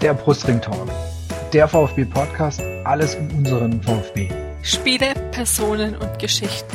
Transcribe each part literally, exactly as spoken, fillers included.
Der Brustring Talk, der VfB-Podcast, alles um unseren VfB. Spiele, Personen und Geschichten.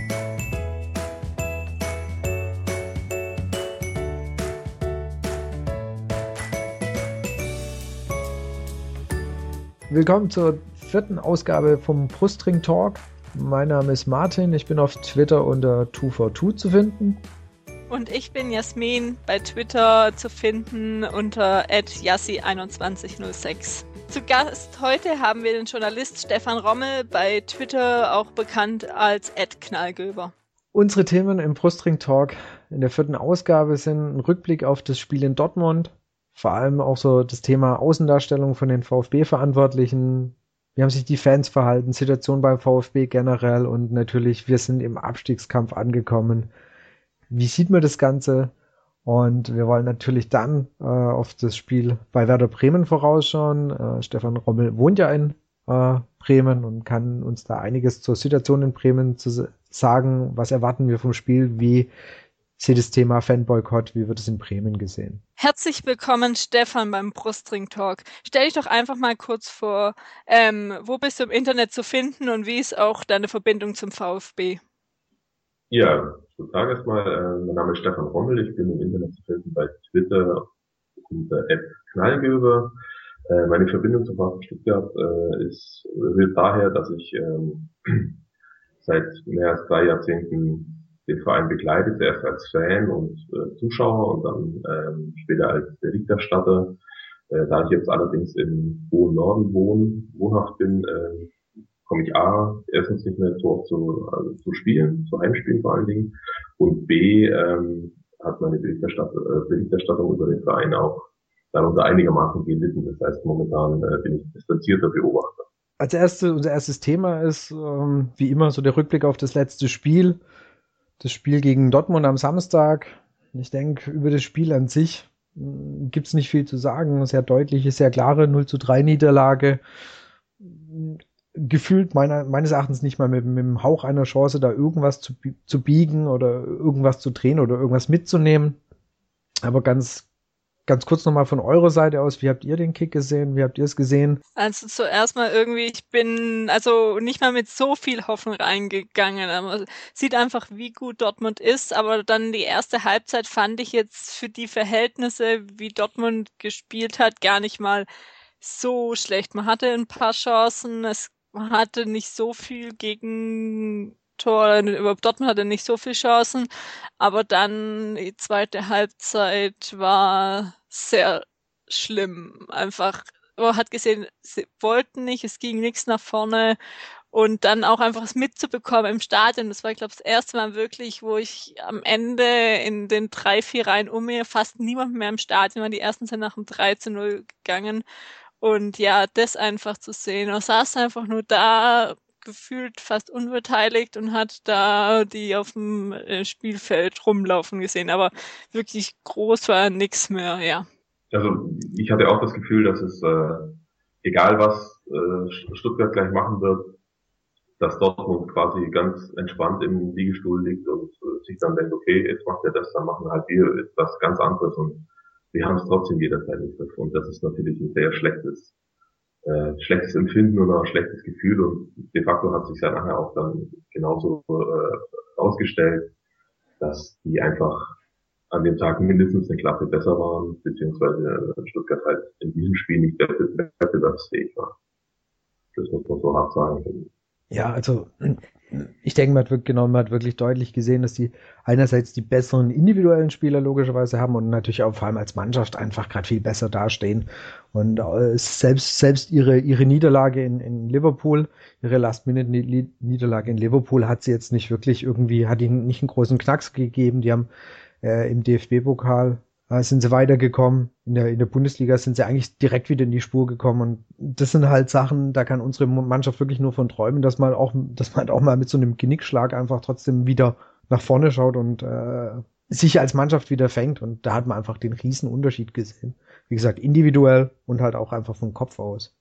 Willkommen zur vierten Ausgabe vom Brustring Talk. Mein Name ist Martin, ich bin auf Twitter unter zwei vier zwei zu finden. Und ich bin Jasmin, bei Twitter zu finden unter at jassi einundzwanzig null sechs. Zu Gast heute haben wir den Journalist Stefan Rommel, bei Twitter auch bekannt als at knallgöber. Unsere Themen im Brustring Talk in der vierten Ausgabe sind ein Rückblick auf das Spiel in Dortmund, vor allem auch so das Thema Außendarstellung von den VfB-Verantwortlichen. Wie haben sich die Fans verhalten, Situation beim VfB generell und natürlich, wir sind im Abstiegskampf angekommen. Wie sieht man das Ganze? Und wir wollen natürlich dann äh, auf das Spiel bei Werder Bremen vorausschauen. Äh, Stefan Rommel wohnt ja in äh, Bremen und kann uns da einiges zur Situation in Bremen zu sagen. Was erwarten wir vom Spiel? Wie sieht das Thema Fanboykott? Wie wird es in Bremen gesehen? Herzlich willkommen, Stefan, beim Brustring Talk. Stell dich doch einfach mal kurz vor, ähm, wo bist du im Internet zu finden und wie ist auch deine Verbindung zum VfB? Ja, guten Tag erstmal. Äh, mein Name ist Stefan Rommel. Ich bin im Internet zu finden bei Twitter unter at knallgöber. Äh, meine Verbindung zum VfB Stuttgart äh, ist rührt daher, dass ich ähm, seit mehr als drei Jahrzehnten den Verein begleite, zuerst als Fan und äh, Zuschauer und dann ähm, später als Berichterstatter. Äh, da ich jetzt allerdings im hohen Norden wohne, wohnhaft bin, äh, komme ich A, erstens nicht mehr so oft zu, also zu spielen, zu Heimspielen vor allen Dingen, und B, ähm, hat meine Berichterstattung, äh, Berichterstattung über den Verein auch darunter einigermaßen gelitten. Das heißt, momentan äh, bin ich distanzierter Beobachter. Als erste, unser erstes Thema ist, ähm, wie immer, so der Rückblick auf das letzte Spiel. Das Spiel gegen Dortmund am Samstag. Ich denke, über das Spiel an sich äh, gibt's nicht viel zu sagen. Sehr deutliche, sehr klare null zu drei Niederlage. Gefühlt meiner, meines Erachtens nicht mal mit, mit dem Hauch einer Chance, da irgendwas zu, zu biegen oder irgendwas zu drehen oder irgendwas mitzunehmen. Aber ganz, ganz kurz nochmal von eurer Seite aus, wie habt ihr den Kick gesehen? Wie habt ihr es gesehen? Also zuerst mal irgendwie, ich bin also nicht mal mit so viel Hoffnung reingegangen. Aber sieht einfach, wie gut Dortmund ist. Aber dann die erste Halbzeit fand ich jetzt für die Verhältnisse, wie Dortmund gespielt hat, gar nicht mal so schlecht. Man hatte ein paar Chancen, es man hatte nicht so viel Gegentor, über Dortmund hatte nicht so viele Chancen, aber dann die zweite Halbzeit war sehr schlimm. Einfach, man hat gesehen, sie wollten nicht, es ging nichts nach vorne und dann auch einfach es mitzubekommen im Stadion. Das war, ich glaube, das erste Mal wirklich, wo ich am Ende in den drei, vier Reihen um mir fast niemand mehr im Stadion war. Die ersten sind nach dem drei zu null gegangen. Und ja, das einfach zu sehen. Er saß einfach nur da, gefühlt fast unbeteiligt und hat da die auf dem Spielfeld rumlaufen gesehen. Aber wirklich groß war nix mehr, ja. Also ich hatte auch das Gefühl, dass es, äh, egal was äh, Stuttgart gleich machen wird, dass Dortmund quasi ganz entspannt im Liegestuhl liegt und äh, sich dann denkt, okay, jetzt macht er das, dann machen halt wir etwas ganz anderes und wir haben es trotzdem jederzeit nicht dafür. Und das ist natürlich ein sehr schlechtes, äh, schlechtes Empfinden und auch ein schlechtes Gefühl. Und de facto hat sich ja nachher auch dann genauso äh, ausgestellt, dass die einfach an dem Tag mindestens eine Klasse besser waren, beziehungsweise Stuttgart halt in diesem Spiel nicht wettbewerbsfähig war. Das muss man so hart sagen. Ja, also ich denke, man hat wirklich, genau, man hat wirklich deutlich gesehen, dass die einerseits die besseren individuellen Spieler logischerweise haben und natürlich auch vor allem als Mannschaft einfach gerade viel besser dastehen. Und äh, selbst selbst ihre ihre Niederlage in, in Liverpool, ihre Last-Minute-Niederlage in Liverpool hat sie jetzt nicht wirklich irgendwie, hat ihnen nicht einen großen Knacks gegeben. Die haben äh, im D F B-Pokal äh, sind sie weitergekommen. In der, in der Bundesliga sind sie eigentlich direkt wieder in die Spur gekommen. Und das sind halt Sachen, da kann unsere Mannschaft wirklich nur von träumen, dass man auch, dass man halt auch mal mit so einem Genickschlag einfach trotzdem wieder nach vorne schaut und äh, sich als Mannschaft wieder fängt. Und da hat man einfach den riesen Unterschied gesehen. Wie gesagt, individuell und halt auch einfach vom Kopf aus.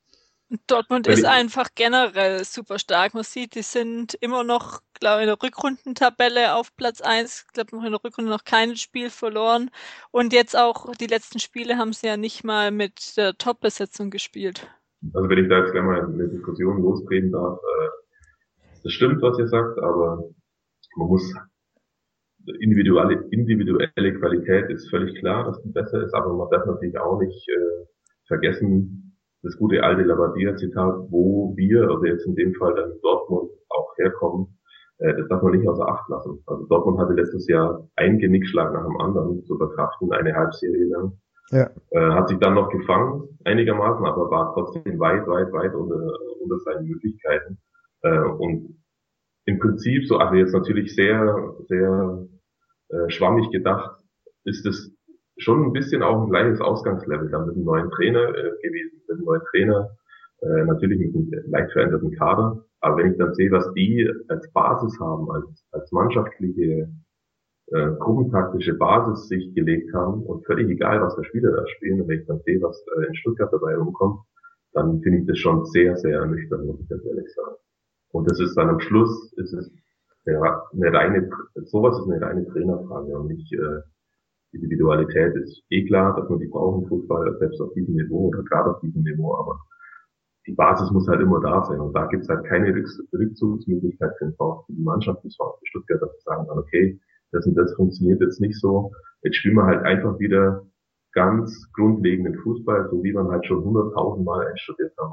Dortmund Wenn ist ich, einfach generell super stark. Man sieht, die sind immer noch, glaube ich, in der Rückrundentabelle auf Platz eins. Ich glaube, noch in der Rückrunde noch kein Spiel verloren. Und jetzt auch die letzten Spiele haben sie ja nicht mal mit der Top-Besetzung gespielt. also wenn ich da jetzt gleich mal eine Diskussion lostreten darf, äh, das stimmt, was ihr sagt, aber man muss individuelle, individuelle Qualität ist völlig klar, dass die besser ist, aber man darf natürlich auch nicht äh, vergessen, das gute alte Labadia-Zitat, wo wir, also jetzt in dem Fall dann Dortmund auch herkommen, äh, das darf man nicht außer Acht lassen. Also Dortmund hatte letztes Jahr einen Genickschlag nach dem anderen zu verkraften, eine Halbserie lang. Ja. Äh, hat sich dann noch gefangen, einigermaßen, aber war trotzdem weit, weit, weit unter, unter seinen Möglichkeiten. Äh, und im Prinzip, so, also jetzt natürlich sehr, sehr äh, schwammig gedacht, ist es schon ein bisschen auch ein gleiches Ausgangslevel dann mit einem neuen Trainer äh, gewesen, mit einem neuen Trainer, äh, natürlich mit einem leicht veränderten Kader. Aber wenn ich dann sehe, was die als Basis haben, als, als mannschaftliche, äh, gruppentaktische Basis sich gelegt haben und völlig egal, was für Spieler da spielen, und wenn ich dann sehe, was äh, in Stuttgart dabei rumkommt, dann finde ich das schon sehr, sehr ernüchternd, muss ich ganz ehrlich sagen. Und das ist dann am Schluss, ist es ja, eine reine, sowas ist eine reine Trainerfrage und nicht äh, Individualität. Ist eh klar, dass man die braucht im Fußball, selbst auf diesem Niveau oder gerade auf diesem Niveau, aber die Basis muss halt immer da sein und da gibt es halt keine Rückzugsmöglichkeit für, den VfB, für die Mannschaft des VfB Stuttgart, dass sie sagen kann, okay, das und das funktioniert jetzt nicht so, jetzt spielen wir halt einfach wieder ganz grundlegenden Fußball, so wie man halt schon hunderttausend Mal einstudiert haben.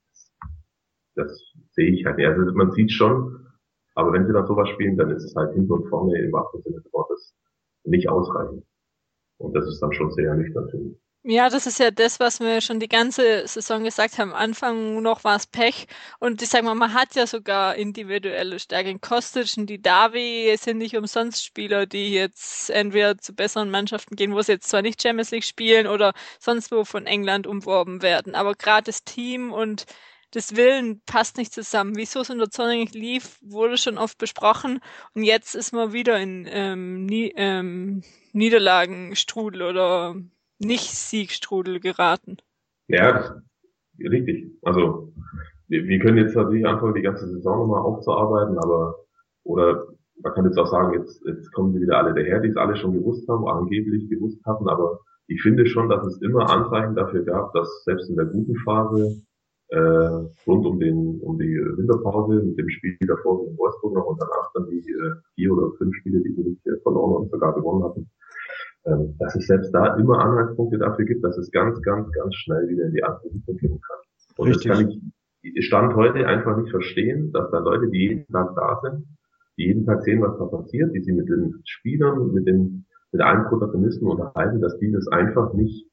Das sehe ich halt nicht. Also man sieht schon, aber wenn sie dann sowas spielen, dann ist es halt hinten und vorne im wahrsten Sinne des Wortes nicht ausreichend. Und das ist dann schon sehr ernüchternd, finde ich. Ja, das ist ja das, was wir schon die ganze Saison gesagt haben. Am Anfang noch war es Pech. Und ich sag mal, man hat ja sogar individuelle Stärken. Kostic und die Davi sind nicht umsonst Spieler, die jetzt entweder zu besseren Mannschaften gehen, wo sie jetzt zwar nicht Champions League spielen oder sonst wo von England umworben werden. Aber gerade das Team und das Willen passt nicht zusammen. Wieso es unter Zornig lief, wurde schon oft besprochen. Und jetzt ist man wieder in ähm, Nie ähm, Niederlagenstrudel oder nicht-Siegstrudel geraten. Ja, das ist richtig. Also wir, wir können jetzt natürlich anfangen, die ganze Saison nochmal aufzuarbeiten, aber oder man kann jetzt auch sagen, jetzt, jetzt kommen sie wieder alle daher, die es alle schon gewusst haben, angeblich gewusst hatten, aber ich finde schon, dass es immer Anzeichen dafür gab, dass selbst in der guten Phase äh, rund um den um die Winterpause mit dem Spiel davor gegen Wolfsburg noch und danach dann die äh, vier oder fünf Spiele, die sie nicht äh, verloren und sogar gewonnen hatten, ähm, dass es selbst da immer Anhaltspunkte dafür gibt, dass es ganz, ganz, ganz schnell wieder in die andere Richtung gehen kann. Und Richtig. Das kann ich Stand heute einfach nicht verstehen, dass da Leute, die jeden Tag da sind, die jeden Tag sehen, was da passiert, die sich mit den Spielern, mit den mit allen Protagonisten unterhalten, dass die das einfach nicht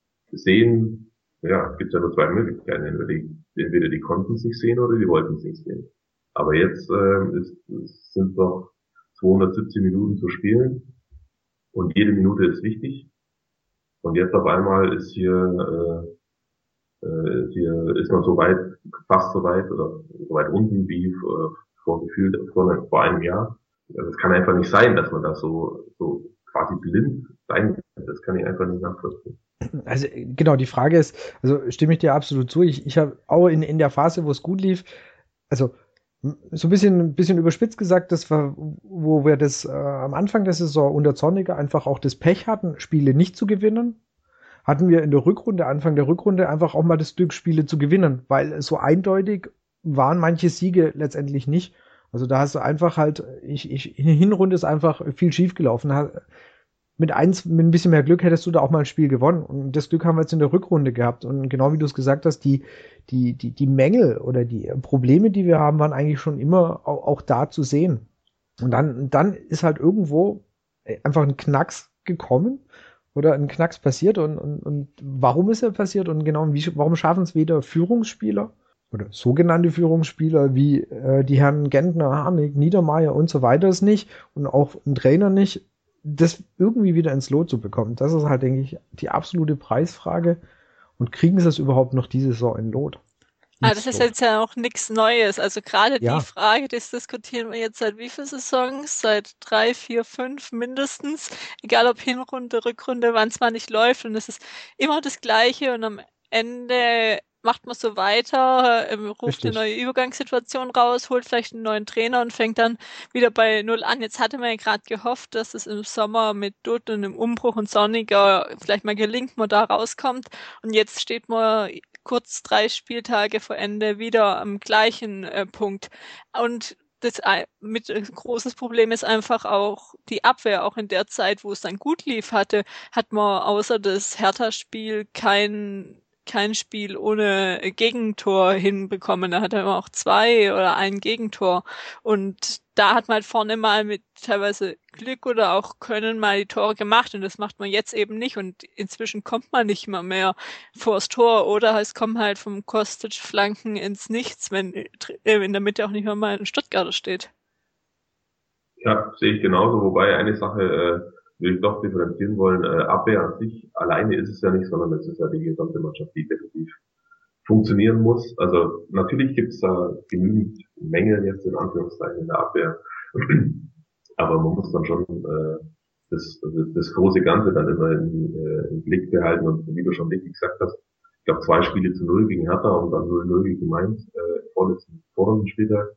sehen. Ja, es gibt ja nur zwei Möglichkeiten. Entweder die, entweder die konnten es nicht sehen oder die wollten es nicht sehen. Aber jetzt äh, ist, es sind doch zweihundertsiebzig Minuten zu spielen und jede Minute ist wichtig. Und jetzt auf einmal ist hier, äh, äh, hier ist man so weit, fast so weit oder so weit unten wie vor, vor gefühlt vor, vor einem Jahr. Also es kann einfach nicht sein, dass man da so, so quasi blind sein kann. Das kann ich einfach nicht nachvollziehen. Also genau, die Frage ist, also stimme ich dir absolut zu. Ich, ich habe auch in, in der Phase, wo es gut lief, also so ein bisschen, ein bisschen überspitzt gesagt, das war, wo wir das äh, am Anfang der Saison unter Zorniger einfach auch das Pech hatten, Spiele nicht zu gewinnen, hatten wir in der Rückrunde, Anfang der Rückrunde einfach auch mal das Glück, Spiele zu gewinnen, weil so eindeutig waren manche Siege letztendlich nicht. Also da hast du einfach halt, ich, ich, in der Hinrunde ist einfach viel schief gelaufen. Mit eins, mit ein bisschen mehr Glück hättest du da auch mal ein Spiel gewonnen. Und das Glück haben wir jetzt in der Rückrunde gehabt. Und genau wie du es gesagt hast, die, die, die, die Mängel oder die Probleme, die wir haben, waren eigentlich schon immer auch, auch da zu sehen. Und dann, dann ist halt irgendwo einfach ein Knacks gekommen oder ein Knacks passiert. Und, und, und warum ist er passiert? Und genau, wie, warum schaffen es weder Führungsspieler oder sogenannte Führungsspieler wie äh, die Herren Gentner, Harnik, Niedermeyer und so weiter es nicht und auch ein Trainer nicht, das irgendwie wieder ins Lot zu bekommen. Das ist halt, denke ich, die absolute Preisfrage. Und kriegen sie es überhaupt noch diese Saison in Lot? Ah, das ist jetzt ja auch nichts Neues. Also gerade Ja. die Frage, das diskutieren wir jetzt seit wie vielen Saisons? Seit drei, vier, fünf mindestens. Egal ob Hinrunde, Rückrunde, wann es mal nicht läuft. Und es ist immer das Gleiche. Und am Ende macht man so weiter, ähm, ruft Richtig. eine neue Übergangssituation raus, holt vielleicht einen neuen Trainer und fängt dann wieder bei Null an. Jetzt hatte man ja gerade gehofft, dass es im Sommer mit Dutt und im Umbruch und sonniger vielleicht mal gelingt, man da rauskommt. Und jetzt steht man kurz drei Spieltage vor Ende wieder am gleichen äh, Punkt. Und das ein- mit ein großes Problem ist einfach auch die Abwehr. Auch in der Zeit, wo es dann gut lief, hatte, hat man außer das Hertha-Spiel kein kein Spiel ohne Gegentor hinbekommen. Da hat er immer auch zwei oder ein Gegentor. Und da hat man halt vorne mal mit teilweise Glück oder auch Können mal die Tore gemacht. Und das macht man jetzt eben nicht. Und inzwischen kommt man nicht mal mehr vors Tor. Oder es kommen halt vom Kostic Flanken ins Nichts, wenn äh, in der Mitte auch nicht mehr mal ein Stuttgarter steht. Ja, sehe ich genauso, wobei eine Sache äh, will ich doch differenzieren wollen. Äh, Abwehr an sich alleine ist es ja nicht, sondern es ist ja die gesamte Mannschaft, die defensiv funktionieren muss. Also natürlich gibt es da genügend Mängel jetzt in Anführungszeichen in der Abwehr, aber man muss dann schon äh, das, also das große Ganze dann immer in, äh, im Blick behalten und wie du schon richtig gesagt hast, ich glaube zwei Spiele zu null gegen Hertha und dann null null gegen Mainz äh, im vorletzten Vorrundenspieltag.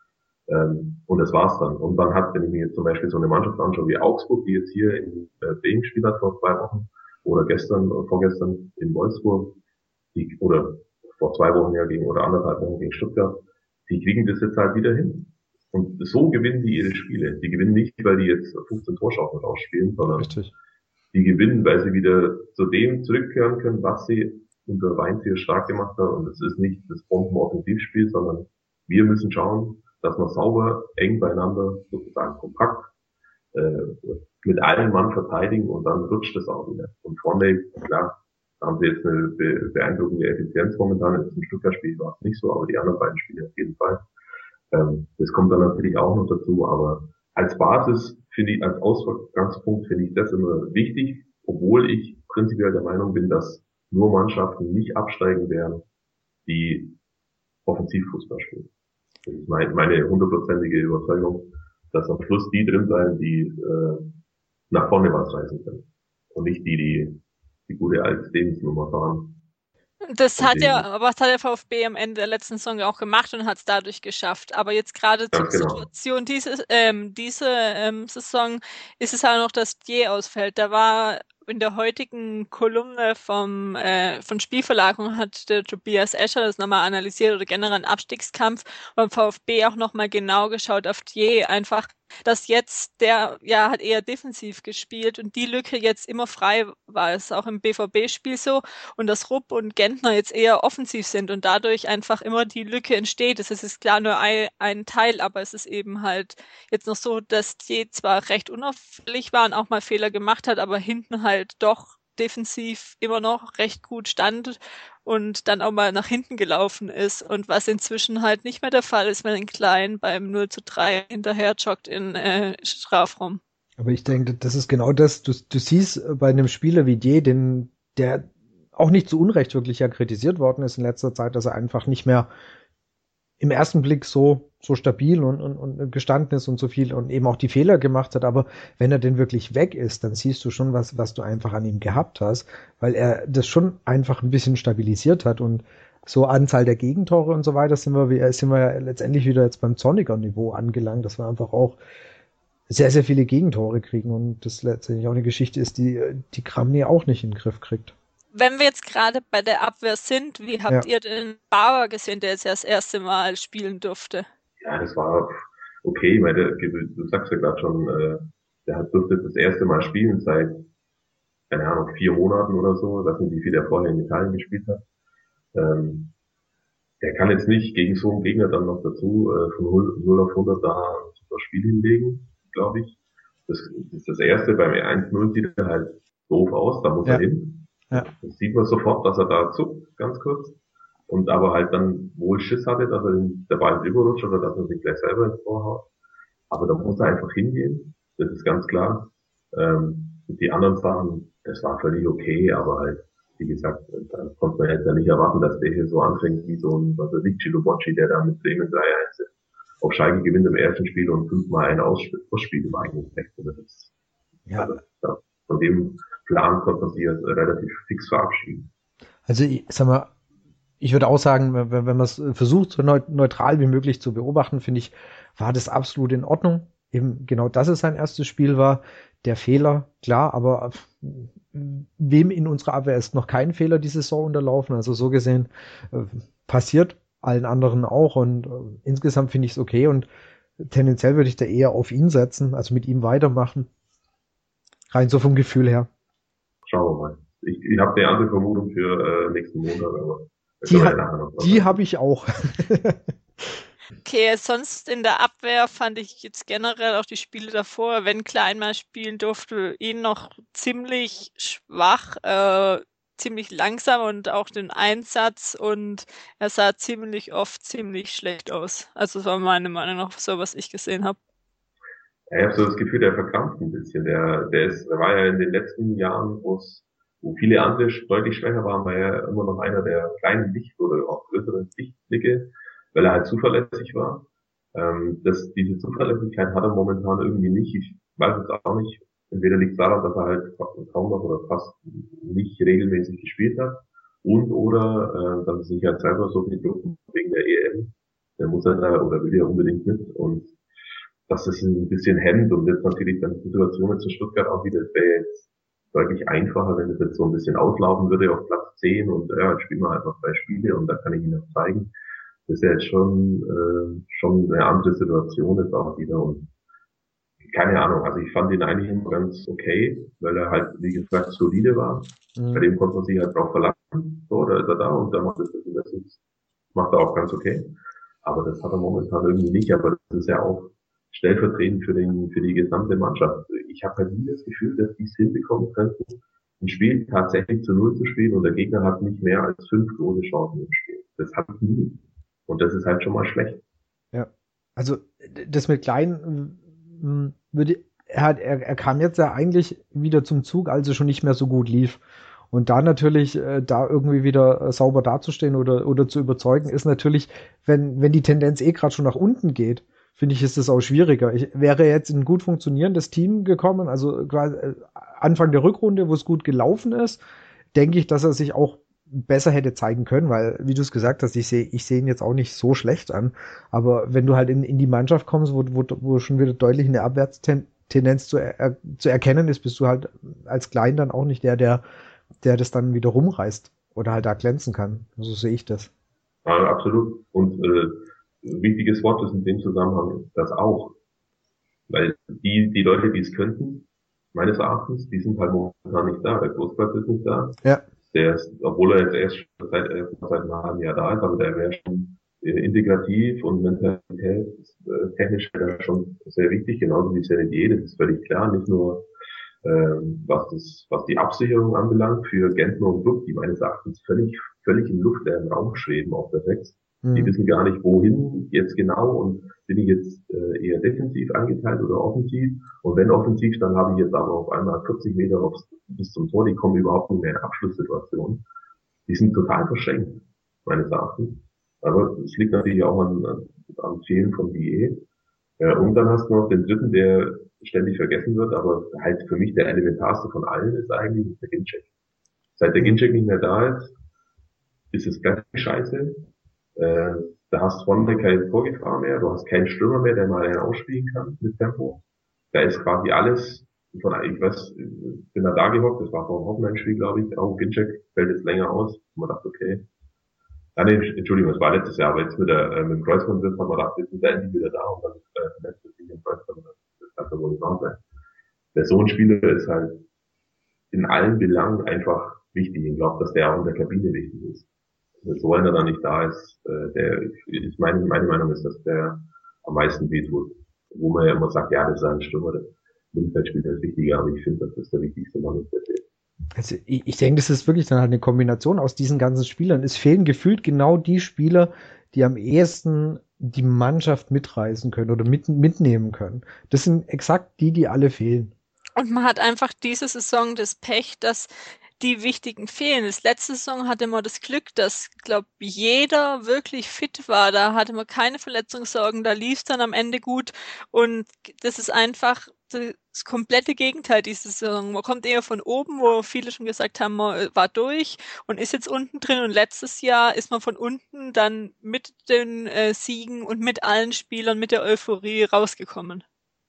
Ähm, und das war's dann. Und dann hat, wenn ich mir jetzt zum Beispiel so eine Mannschaft anschaue wie Augsburg, die jetzt hier in äh, Bremen gespielt hat vor zwei Wochen oder gestern oder vorgestern in Wolfsburg, die, oder vor zwei Wochen ja gegen oder anderthalb Wochen gegen Stuttgart, die kriegen das jetzt halt wieder hin. Und so gewinnen die ihre Spiele. Die gewinnen nicht, weil die jetzt fünfzehn Torchancen rausspielen, sondern Richtig. die gewinnen, weil sie wieder zu dem zurückkehren können, was sie unter Weinziel stark gemacht hat. Und es ist nicht das Bombenoffensivspiel, sondern wir müssen schauen, dass wir sauber, eng beieinander, sozusagen kompakt, äh, mit einem Mann verteidigen und dann rutscht es auch wieder. Und vorne, klar, da haben sie jetzt eine be beeindruckende Effizienz momentan. Im Stuttgart-Spiel war es nicht so, aber die anderen beiden Spiele auf jeden Fall. Ähm, das kommt dann natürlich auch noch dazu, aber als Basis finde ich, als Ausgangspunkt finde ich das immer wichtig, obwohl ich prinzipiell der Meinung bin, dass nur Mannschaften nicht absteigen werden, die Offensivfußball spielen. Das ist mein, meine hundertprozentige Überzeugung, dass am Schluss die drin sein, die äh, nach vorne was reißen können. Und nicht die, die die gute alte Lebensnummer fahren. Das Und hat ja, den, aber was hat der VfB am Ende der letzten Saison auch gemacht und hat es dadurch geschafft. Aber jetzt gerade zur ganz genau. Situation diese, ähm, diese ähm, Saison ist es halt noch, dass Dier ausfällt. Da war in der heutigen Kolumne vom äh, von Spielverlagerung hat der Tobias Escher das nochmal analysiert oder generell einen Abstiegskampf beim VfB auch nochmal genau geschaut auf Dier, einfach dass jetzt der ja hat eher defensiv gespielt und die Lücke jetzt immer frei war. Es auch im B V B-Spiel so und dass Rupp und Gentner jetzt eher offensiv sind und dadurch einfach immer die Lücke entsteht. Es ist klar nur ein, ein Teil, aber es ist eben halt jetzt noch so, dass die zwar recht unauffällig war und auch mal Fehler gemacht hat, aber hinten halt doch defensiv immer noch recht gut stand und dann auch mal nach hinten gelaufen ist. Und was inzwischen halt nicht mehr der Fall ist, wenn ein Klein beim null zu drei hinterher joggt in äh, Strafraum. Aber ich denke, das ist genau das. Du, du siehst bei einem Spieler wie Dier, den, der auch nicht zu Unrecht wirklich ja kritisiert worden ist in letzter Zeit, dass er einfach nicht mehr im ersten Blick so, so stabil und, und, und gestanden ist und so viel und eben auch die Fehler gemacht hat. Aber wenn er denn wirklich weg ist, dann siehst du schon, was, was du einfach an ihm gehabt hast, weil er das schon einfach ein bisschen stabilisiert hat und so Anzahl der Gegentore und so weiter sind wir, sind wir ja letztendlich wieder jetzt beim Zorniger Niveau angelangt, dass wir einfach auch sehr, sehr viele Gegentore kriegen und das letztendlich auch eine Geschichte ist, die, die Kramny auch nicht in den Griff kriegt. Wenn wir jetzt gerade bei der Abwehr sind, wie habt Ja. ihr den Bauer gesehen, der jetzt ja das erste Mal spielen durfte? Ja, das war okay. Ich meine, du sagst ja gerade schon, äh, der hat durfte das erste Mal spielen seit, keine Ahnung, vier Monaten oder so. Ich weiß nicht, wie viel er vorher in Italien gespielt hat. Ähm, der kann jetzt nicht gegen so einen Gegner dann noch dazu äh, von null auf hundert da ein super Spiel hinlegen, glaube ich. Das, das ist das Erste. Beim eins null sieht er halt doof aus, da muss Ja. er hin. Ja. Das sieht man sofort, dass er da zuckt, ganz kurz. Und aber halt dann wohl Schiss hatte, dass er den, der Ball überrutscht oder dass er sich gleich selber ins Tor haut. Aber da muss er einfach hingehen. Das ist ganz klar. Ähm, die anderen Sachen, das war völlig okay, aber halt, wie gesagt, da konnte man jetzt ja nicht erwarten, dass der hier so anfängt wie so ein, was weiß ich, Cilo Bocci, der da mit Bremen drei eins auf Schalke gewinnt im ersten Spiel und fünfmal ein Ausspiel im eigenen Recht. Das, Ja. also, ja, von dem Plan konnte man sich jetzt relativ fix verabschieden. Also ich sag mal, ich würde auch sagen, wenn, wenn man es versucht, so neutral wie möglich zu beobachten, finde ich, war das absolut in Ordnung. Eben genau, dass es sein erstes Spiel war. Der Fehler, klar, aber wem in unserer Abwehr ist noch kein Fehler die Saison unterlaufen? Also so gesehen äh, passiert allen anderen auch und äh, insgesamt finde ich es okay und tendenziell würde ich da eher auf ihn setzen, also mit ihm weitermachen. Rein so vom Gefühl her. Schauen wir mal. Ich, ich habe eine andere Vermutung für äh, nächsten Monat, aber die, ha die habe ich auch. Okay, sonst in der Abwehr fand ich jetzt generell auch die Spiele davor, wenn Klein mal spielen durfte, ihn noch ziemlich schwach, äh, ziemlich langsam und auch den Einsatz und er sah ziemlich oft ziemlich schlecht aus. Also das war meine Meinung nach so, was ich gesehen habe. Ja, ich habe so das Gefühl, der verkrampft ein bisschen. Der, der ist, der war ja in den letzten Jahren, wo es, wo viele andere deutlich schwächer waren, war er immer noch einer der kleinen Licht- oder auch größeren Lichtblicke, weil er halt zuverlässig war. Ähm, das, diese Zuverlässigkeit hat er momentan irgendwie nicht. Ich weiß es auch nicht. Entweder liegt es daran, dass er halt kaum noch oder fast nicht regelmäßig gespielt hat und oder äh, dass er sich halt selber so viel Druck wegen der E M, der muss er da oder will ja unbedingt mit und dass es ein bisschen hemmt und jetzt natürlich dann die Situation jetzt in Stuttgart auch wieder, es wäre jetzt deutlich einfacher, wenn es jetzt so ein bisschen auslaufen würde auf Platz zehn und ja, jetzt spielen wir halt noch zwei Spiele und dann kann ich Ihnen das zeigen. Das ist ja jetzt schon, äh, schon eine andere Situation jetzt auch wieder und keine Ahnung, also ich fand ihn eigentlich immer ganz okay, weil er halt, wie gesagt, solide war. Mhm. Bei dem konnte man sich halt drauf verlassen, so, da ist er da und da macht das, das ist, macht er auch ganz okay. Aber das hat er momentan irgendwie nicht, aber das ist ja auch stellvertretend für den, für die gesamte Mannschaft. Ich habe halt nie das Gefühl, dass die es hinbekommen könnten, ein Spiel tatsächlich zu Null zu spielen und der Gegner hat nicht mehr als fünf große Chancen im Spiel. Das hat nie. Und das ist halt schon mal schlecht. Ja. Also, das mit Klein würde, er hat, er, er kam jetzt ja eigentlich wieder zum Zug, als es schon nicht mehr so gut lief. Und da natürlich, äh, da irgendwie wieder äh, sauber dazustehen oder, oder zu überzeugen, ist natürlich, wenn, wenn die Tendenz eh gerade schon nach unten geht, finde ich, ist das auch schwieriger. Ich wäre jetzt in ein gut funktionierendes Team gekommen, also quasi Anfang der Rückrunde, wo es gut gelaufen ist, denke ich, dass er sich auch besser hätte zeigen können, weil, wie du es gesagt hast, ich sehe ich sehe ihn jetzt auch nicht so schlecht an. Aber wenn du halt in, in die Mannschaft kommst, wo, wo, wo schon wieder deutlich eine Abwärtstendenz zu, er, zu erkennen ist, bist du halt als Klein dann auch nicht der, der, der das dann wieder rumreißt oder halt da glänzen kann. So sehe ich das. Ja, absolut. Und äh, wichtiges Wort ist in dem Zusammenhang das auch. Weil die, die Leute, die es könnten, meines Erachtens, die sind halt momentan nicht da. Der Großplatz ist nicht da. Ja. Der ist, obwohl er jetzt erst seit, erst seit einem halben Jahr da ist, aber der wäre schon äh, integrativ und Mentalität äh, technisch wäre schon sehr wichtig, genauso wie Serenier, das ist völlig klar, nicht nur ähm, was das, was die Absicherung anbelangt für Gentner und Luft, die meines Erachtens völlig, völlig im luftleeren Raum schweben auf der Sechs. Mhm. Die wissen gar nicht, wohin jetzt genau und bin ich jetzt äh, eher defensiv eingeteilt oder offensiv. Und wenn offensiv, dann habe ich jetzt aber auf einmal vierzig Meter aufs, bis zum Tor, die kommen überhaupt nicht mehr in Abschlusssituationen. Die sind total verschenkt, meines Erachtens. Aber es liegt natürlich auch an, an, an Fehlen von D E. Äh, und dann hast du noch den dritten, der ständig vergessen wird, aber halt für mich der elementarste von allen ist eigentlich der Ginczek. Seit der Ginczek nicht mehr da ist, ist es ganz scheiße. Äh, da hast du vorne keine Torgefahr mehr, du hast keinen Stürmer mehr, der mal einen ausspielen kann mit Tempo. Da ist quasi alles von, ich weiß, bin da da gehockt, das war vor dem Hoffenheim-Spiel, glaube ich, auch Ginczek fällt jetzt länger aus. Und man dachte, okay. Ah, nee, Entschuldigung, es war letztes Jahr, aber jetzt mit der, äh, mit dem Kreuzbandriss haben wir gedacht, jetzt ist er endlich wieder da und dann, äh, letztes Jahr im Kreuzband, das kann ja wohl nicht wahr sein. Der Sohn-Spieler ist halt in allen Belangen einfach wichtig. Ich glaube, dass der auch in der Kabine wichtig ist. So einer dann nicht da ist, äh, der, ich meine, meine Meinung ist, dass der am meisten wehtut. Wo man ja immer sagt, ja, das ist ein Stürmer, der Mittelfeldspieler ist wichtiger, aber ich finde, dass das der wichtigste Mann ist, der fehlt. Also ich, ich denke, das ist wirklich dann halt eine Kombination aus diesen ganzen Spielern. Es fehlen gefühlt genau die Spieler, die am ehesten die Mannschaft mitreißen können oder mit, mitnehmen können. Das sind exakt die, die alle fehlen. Und man hat einfach diese Saison das Pech, dass die wichtigen fehlen. Das letzte Saison hatte man das Glück, dass, glaube jeder wirklich fit war. Da hatte man keine Verletzungssorgen, da lief es dann am Ende gut. Und das ist einfach das komplette Gegenteil diese Saison. Man kommt eher von oben, wo viele schon gesagt haben, man war durch und ist jetzt unten drin. Und letztes Jahr ist man von unten dann mit den äh, Siegen und mit allen Spielern, mit der Euphorie rausgekommen.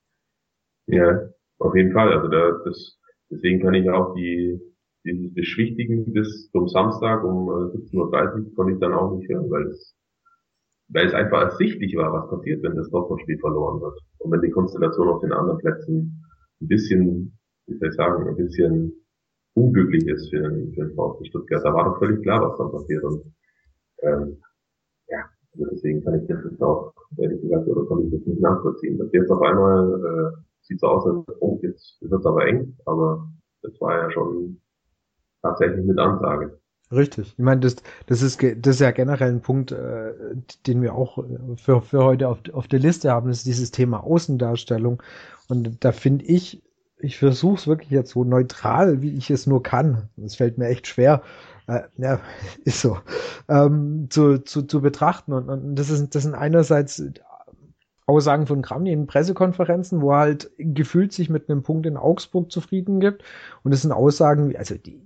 Ja, auf jeden Fall. Also da, das, deswegen kann ich auch die, die Beschwichtigen bis zum Samstag um äh, siebzehn Uhr dreißig konnte ich dann auch nicht hören, weil es, weil es einfach ersichtlich war, was passiert, wenn das Dortmund-Spiel verloren wird. Und wenn die Konstellation auf den anderen Plätzen ein bisschen, wie soll ich sagen, ein bisschen unglücklich ist für den, für den VfB Stuttgart. Da war doch völlig klar, was dann passiert. Und ähm, ja, also deswegen kann ich das jetzt auch, ehrlich gesagt, oder kann ich das nicht nachvollziehen. Dass jetzt auf einmal äh, sieht so aus, als oh, jetzt wird's aber eng, aber das war ja schon tatsächlich mit Ansage. Richtig. Ich meine, das, das ist, das ist ja generell ein Punkt, äh, den wir auch für, für heute auf, auf der Liste haben, das ist dieses Thema Außendarstellung. Und da finde ich, ich versuche es wirklich jetzt so neutral, wie ich es nur kann. Es fällt mir echt schwer, äh, ja, ist so, ähm, zu, zu, zu betrachten. Und, und das ist, das sind einerseits Aussagen von Kramny in Pressekonferenzen, wo er halt gefühlt sich mit einem Punkt in Augsburg zufrieden gibt. Und das sind Aussagen, also die,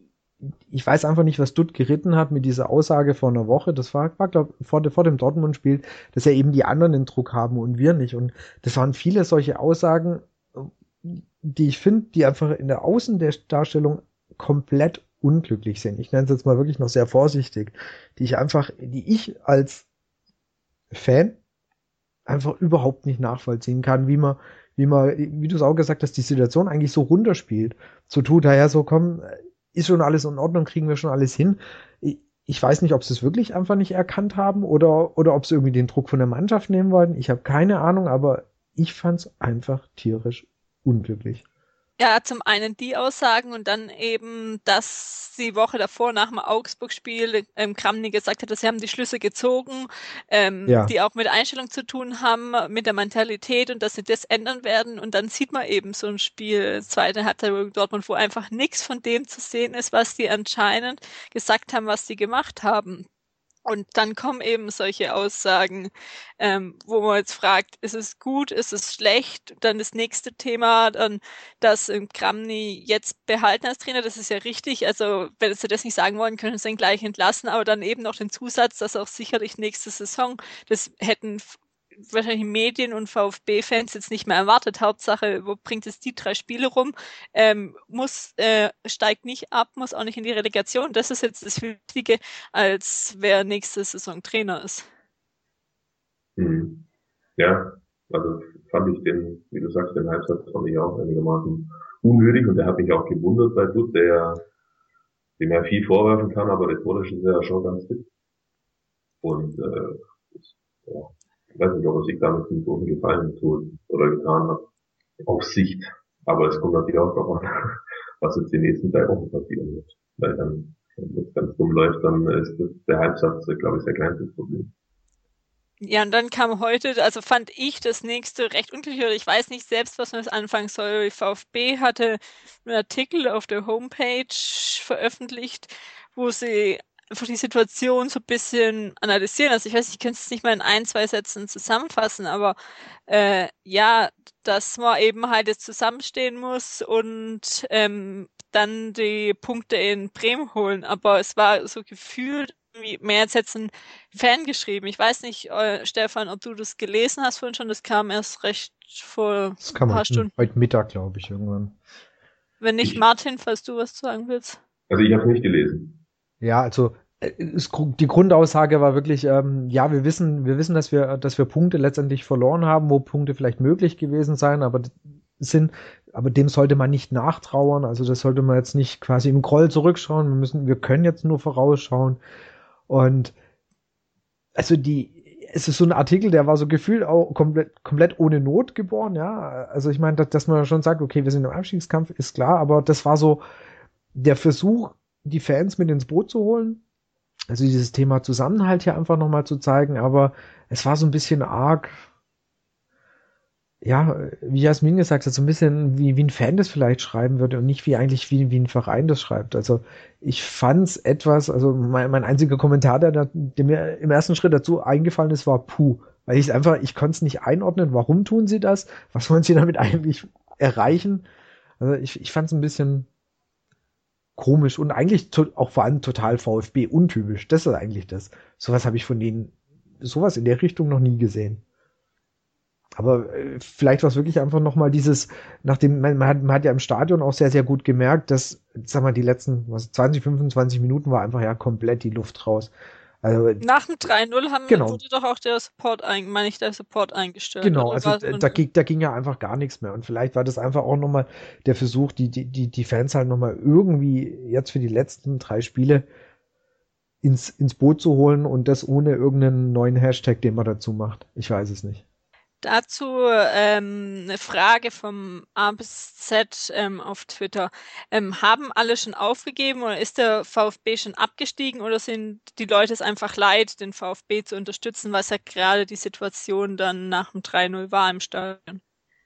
ich weiß einfach nicht, was Dutt geritten hat mit dieser Aussage vor einer Woche. Das war, war glaube ich, vor, vor dem Dortmund-Spiel, dass ja eben die anderen den Druck haben und wir nicht. Und das waren viele solche Aussagen, die ich finde, die einfach in der Außendarstellung komplett unglücklich sind. Ich nenne es jetzt mal wirklich noch sehr vorsichtig, die ich einfach, die ich als Fan einfach überhaupt nicht nachvollziehen kann, wie man, wie man, wie du es auch gesagt hast, die Situation eigentlich so runterspielt. So tut er ja so, komm, ist schon alles in Ordnung, kriegen wir schon alles hin. Ich, ich weiß nicht, ob sie es wirklich einfach nicht erkannt haben oder, oder ob sie irgendwie den Druck von der Mannschaft nehmen wollten. Ich habe keine Ahnung, aber ich fand es einfach tierisch unglücklich. Ja, zum einen die Aussagen und dann eben, dass die Woche davor nach dem Augsburg-Spiel ähm, Kramny gesagt hat, dass sie haben die Schlüsse gezogen, ähm, ja. die auch mit Einstellung zu tun haben, mit der Mentalität und dass sie das ändern werden. Und dann sieht man eben so ein Spiel, zweite Halbzeit Dortmund, wo einfach nichts von dem zu sehen ist, was die anscheinend gesagt haben, was sie gemacht haben. Und dann kommen eben solche Aussagen, ähm, wo man jetzt fragt, ist es gut, ist es schlecht? Dann das nächste Thema, dann, dass ähm, Kramny jetzt behalten als Trainer, das ist ja richtig. Also wenn sie das nicht sagen wollen, können sie ihn gleich entlassen. Aber dann eben noch den Zusatz, dass auch sicherlich nächste Saison, das hätten wahrscheinlich Medien und VfB-Fans jetzt nicht mehr erwartet. Hauptsache, wo bringt es die drei Spiele rum? Ähm, muss, äh, steigt nicht ab, muss auch nicht in die Relegation. Das ist jetzt das Wichtige, als wer nächste Saison Trainer ist. Mhm. Ja, also fand ich den, wie du sagst, den Halbsatz fand ich auch einigermaßen unnötig und der hat mich auch gewundert bei Dutt, der dem er viel vorwerfen kann, aber rhetorisch ist er ja schon ganz fit. Und äh, das, ja. Ich weiß nicht, ob er sich damit einen großen Gefallen tut oder getan hat. Auf Sicht. Aber es kommt natürlich auch darauf an, was jetzt die nächsten drei Wochen passieren wird. Weil dann, wenn es ganz dumm läuft, dann ist das der Halbsatz, glaube ich, sehr kleines Problem. Ja, und dann kam heute, also fand ich das nächste recht unglücklich, oder ich weiß nicht selbst, was man das anfangen soll. Die VfB hatte einen Artikel auf der Homepage veröffentlicht, wo sie einfach die Situation so ein bisschen analysieren. Also ich weiß, ich kann es nicht mal in ein, zwei Sätzen zusammenfassen, aber äh, ja, dass man eben halt jetzt zusammenstehen muss und ähm, dann die Punkte in Bremen holen. Aber es war so gefühlt, wie mehr als jetzt ein Fan geschrieben. Ich weiß nicht, äh, Stefan, ob du das gelesen hast vorhin schon. Das kam erst recht vor das kann ein paar man Stunden. Heute Mittag, glaube ich, irgendwann. Wenn nicht, ich, Martin, falls du was sagen willst. Also ich habe es nicht gelesen. Ja, also es, die Grundaussage war wirklich, ähm, ja, wir wissen, wir wissen, dass wir, dass wir Punkte letztendlich verloren haben, wo Punkte vielleicht möglich gewesen sein, aber sind, aber dem sollte man nicht nachtrauern. Also das sollte man jetzt nicht quasi im Groll zurückschauen. Wir müssen, wir können jetzt nur vorausschauen. Und also die, es ist so ein Artikel, der war so gefühlt auch komplett, komplett ohne Not geboren, ja. Also ich meine, dass, dass man schon sagt, okay, wir sind im Abstiegskampf, ist klar, aber das war so der Versuch, die Fans mit ins Boot zu holen. Also dieses Thema Zusammenhalt hier einfach nochmal zu zeigen, aber es war so ein bisschen arg, ja, wie Jasmin gesagt hat, so ein bisschen wie, wie ein Fan das vielleicht schreiben würde und nicht wie eigentlich wie, wie ein Verein das schreibt. Also ich fand's etwas, also mein, mein einziger Kommentar, der, der mir im ersten Schritt dazu eingefallen ist, war puh. weil ich es einfach, ich konnte es nicht einordnen, warum tun sie das? Was wollen sie damit eigentlich erreichen? Also ich, ich fand es ein bisschen komisch und eigentlich to- auch vor allem total VfB untypisch. Das ist eigentlich das. Sowas habe ich von denen, sowas in der Richtung noch nie gesehen. Aber äh, vielleicht war es wirklich einfach nochmal dieses, nachdem man, man, hat, man hat ja im Stadion auch sehr, sehr gut gemerkt, dass, sag mal, die letzten was, zwanzig, fünfundzwanzig Minuten war einfach ja komplett die Luft raus. Also, Nach dem drei null haben, genau, wurde doch auch der Support, ein, meine ich, der Support eingestellt, genau, oder also war es äh, nur da ging, da ging ja einfach gar nichts mehr. Und vielleicht war das einfach auch nochmal der Versuch, die, die, die, die Fans halt nochmal irgendwie jetzt für die letzten drei Spiele ins, ins Boot zu holen und das ohne irgendeinen neuen Hashtag, den man dazu macht. Ich weiß es nicht. Dazu ähm, eine Frage vom A bis Z ähm, auf Twitter. Ähm, haben alle schon aufgegeben oder ist der VfB schon abgestiegen oder sind die Leute es einfach leid, den VfB zu unterstützen, was ja gerade die Situation dann nach dem drei null war im Stadion?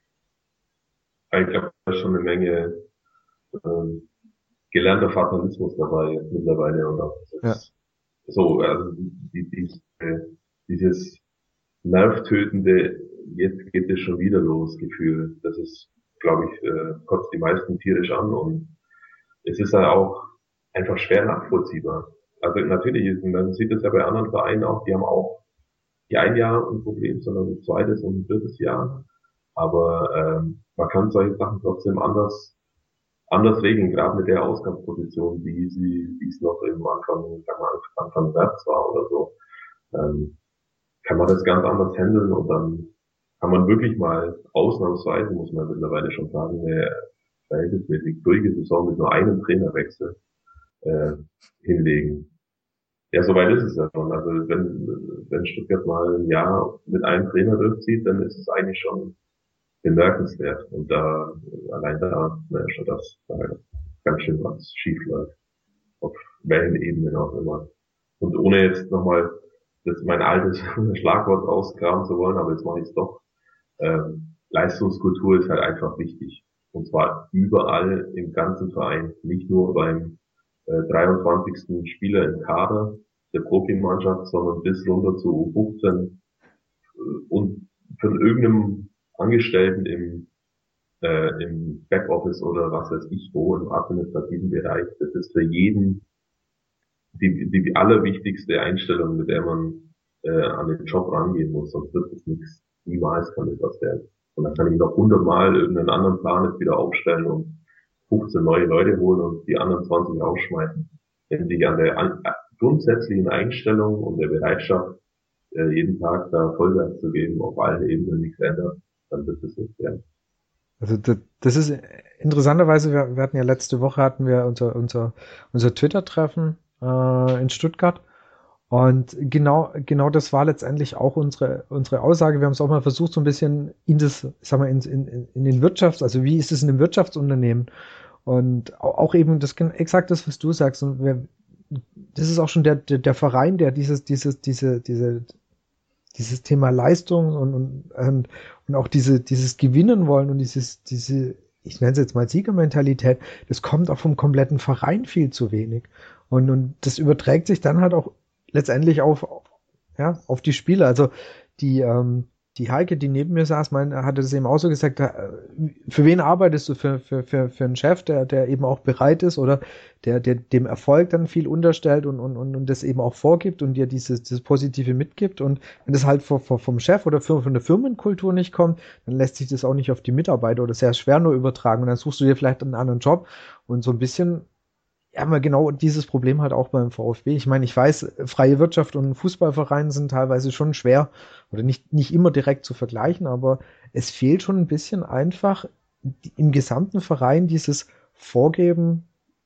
Ich glaube, da ist schon eine Menge ähm, gelernter Fatalismus dabei jetzt mittlerweile und auch Ja. das, so, also die, die, dieses nervtötende, jetzt geht es schon wieder los, Gefühl. Das ist, glaube ich, äh, kotzt die meisten tierisch an und es ist dann auch einfach schwer nachvollziehbar. Also natürlich ist, man sieht es ja bei anderen Vereinen auch, die haben auch nicht ein Jahr ein Problem, sondern ein zweites und ein drittes Jahr. Aber ähm, man kann solche Sachen trotzdem anders anders regeln, gerade mit der Ausgangsposition, wie sie, wie es noch im Anfang, sag mal, Anfang März war oder so. Ähm, kann man das ganz anders handeln und dann kann man wirklich mal ausnahmsweise, muss man mittlerweile schon sagen, eine verhältnismäßig ruhige Saison mit nur einem Trainerwechsel äh, hinlegen. Ja, soweit ist es ja schon. Also wenn, wenn Stuttgart mal ein Jahr mit einem Trainer durchzieht, dann ist es eigentlich schon bemerkenswert. Und da, allein da, naja, schon das, da ganz schön was schief läuft. Auf welchen Ebenen auch immer. Und ohne jetzt nochmal das mein altes Schlagwort ausgraben zu wollen, aber jetzt mache ich es doch. Ähm, Leistungskultur ist halt einfach wichtig. Und zwar überall im ganzen Verein, nicht nur beim äh, dreiundzwanzigsten Spieler im Kader der Profimannschaft, sondern bis runter zu U fünfzehn äh, und von irgendeinem Angestellten im äh, im Backoffice oder was weiß ich wo, im administrativen Bereich. Das ist für jeden die, die allerwichtigste Einstellung, mit der man äh, an den Job rangehen muss, sonst wird es nichts. Niemals kann das was werden. Und dann kann ich noch hundertmal irgendeinen anderen Plan jetzt wieder aufstellen und fünfzehn neue Leute holen und die anderen zwanzig rausschmeißen. Wenn sich an der an, grundsätzlichen Einstellung und der Bereitschaft, äh, jeden Tag da Vollgas zu geben, auf allen Ebenen nichts ändert, dann wird es nicht werden. Also das, das ist interessanterweise, wir, wir hatten ja letzte Woche hatten wir unser, unser, unser Twitter-Treffen äh, in Stuttgart. Und genau, genau das war letztendlich auch unsere, unsere Aussage. Wir haben es auch mal versucht, so ein bisschen in das, ich sag mal, in, in, in den Wirtschafts-, also wie ist es in einem Wirtschaftsunternehmen? Und auch, auch eben das exakt das, was du sagst. Und wir, das ist auch schon der, der, der Verein, der dieses, dieses, diese, diese, dieses Thema Leistung und, und, und, und auch diese, dieses Gewinnen wollen und dieses, diese, ich nenne es jetzt mal Siegermentalität, das kommt auch vom kompletten Verein viel zu wenig. Und, und das überträgt sich dann halt auch letztendlich auf, ja, auf die Spieler. Also die, ähm, die Heike, die neben mir saß, mein, hatte das eben auch so gesagt, für wen arbeitest du? Für, für, für, für einen Chef, der, der eben auch bereit ist oder der, der dem Erfolg dann viel unterstellt und, und, und, und das eben auch vorgibt und dir dieses, dieses Positive mitgibt. Und wenn das halt vom, vom Chef oder von der Firmenkultur nicht kommt, dann lässt sich das auch nicht auf die Mitarbeiter oder sehr schwer nur übertragen. Und dann suchst du dir vielleicht einen anderen Job und so ein bisschen ja, aber genau dieses Problem halt auch beim VfB. Ich meine, ich weiß, freie Wirtschaft und Fußballvereine sind teilweise schon schwer oder nicht, nicht immer direkt zu vergleichen, aber es fehlt schon ein bisschen einfach im gesamten Verein dieses Vorgeben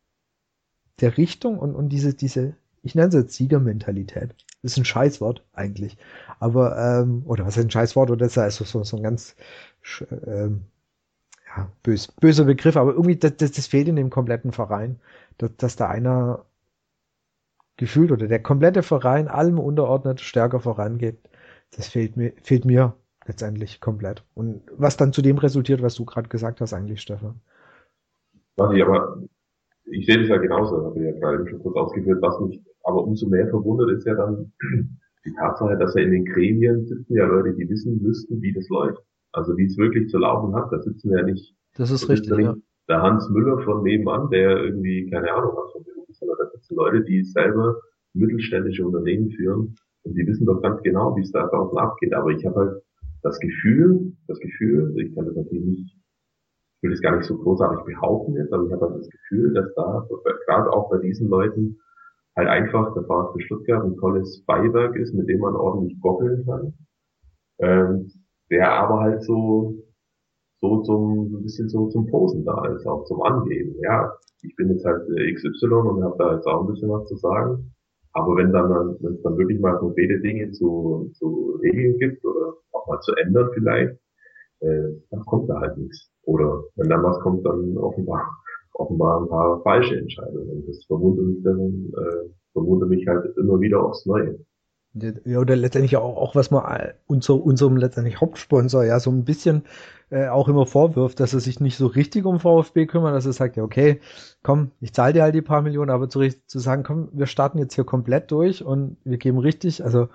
der Richtung und, und diese, diese, ich nenne es jetzt Siegermentalität. Das ist ein Scheißwort eigentlich. Aber, ähm, oder was ist ein Scheißwort? Oder ist ja so, so, so ein ganz, ähm, ja, bös, böser Begriff, aber irgendwie, das, das, das fehlt in dem kompletten Verein, dass, dass da einer gefühlt oder der komplette Verein allem unterordnet stärker vorangeht. Das fehlt mir, fehlt mir letztendlich komplett. Und was dann zu dem resultiert, was du gerade gesagt hast, eigentlich, Stefan. Was ich aber, ich sehe das ja genauso, habe ich ja gerade schon kurz ausgeführt, was mich aber umso mehr verwundert ist ja dann, die Tatsache, dass ja in den Gremien sitzen ja Leute, die wissen müssten, wie das läuft. Also wie es wirklich zu laufen hat. Da sitzen ja nicht, Das da ist sitzt ja richtig, nicht ja. der Hans Müller von nebenan, der irgendwie keine Ahnung was von Beruf ist, sondern da sitzen Leute, die selber mittelständische Unternehmen führen und die wissen doch ganz genau, wie es da draußen abgeht. Aber ich habe halt das Gefühl, das Gefühl, ich kann das natürlich nicht, ich will das gar nicht so großartig behaupten jetzt, aber ich habe halt das Gefühl, dass da, gerade auch bei diesen Leuten, halt einfach der VfB Stuttgart ein tolles Beiwerk ist, mit dem man ordentlich gockeln kann, ähm, der aber halt so, so zum, so ein bisschen so zum Posen da ist, auch zum Angeben. Ja, ich bin jetzt halt äh, X Y und habe da jetzt auch ein bisschen was zu sagen. Aber wenn dann, wenn es dann wirklich mal konkrete Dinge zu, zu regeln gibt oder auch mal zu ändern vielleicht, äh, dann kommt da halt nichts. Oder wenn dann was kommt, dann offenbar, offenbar ein paar falsche Entscheidungen. Und das verwundert mich dann, äh, verwundert mich halt immer wieder aufs Neue. Ja, oder letztendlich auch, auch was man unser, unserem letztendlich Hauptsponsor ja so ein bisschen äh, auch immer vorwirft, dass er sich nicht so richtig um VfB kümmert, dass er sagt, ja okay, komm, ich zahle dir halt die paar Millionen, aber zu, zu sagen, komm, wir starten jetzt hier komplett durch und wir geben richtig, also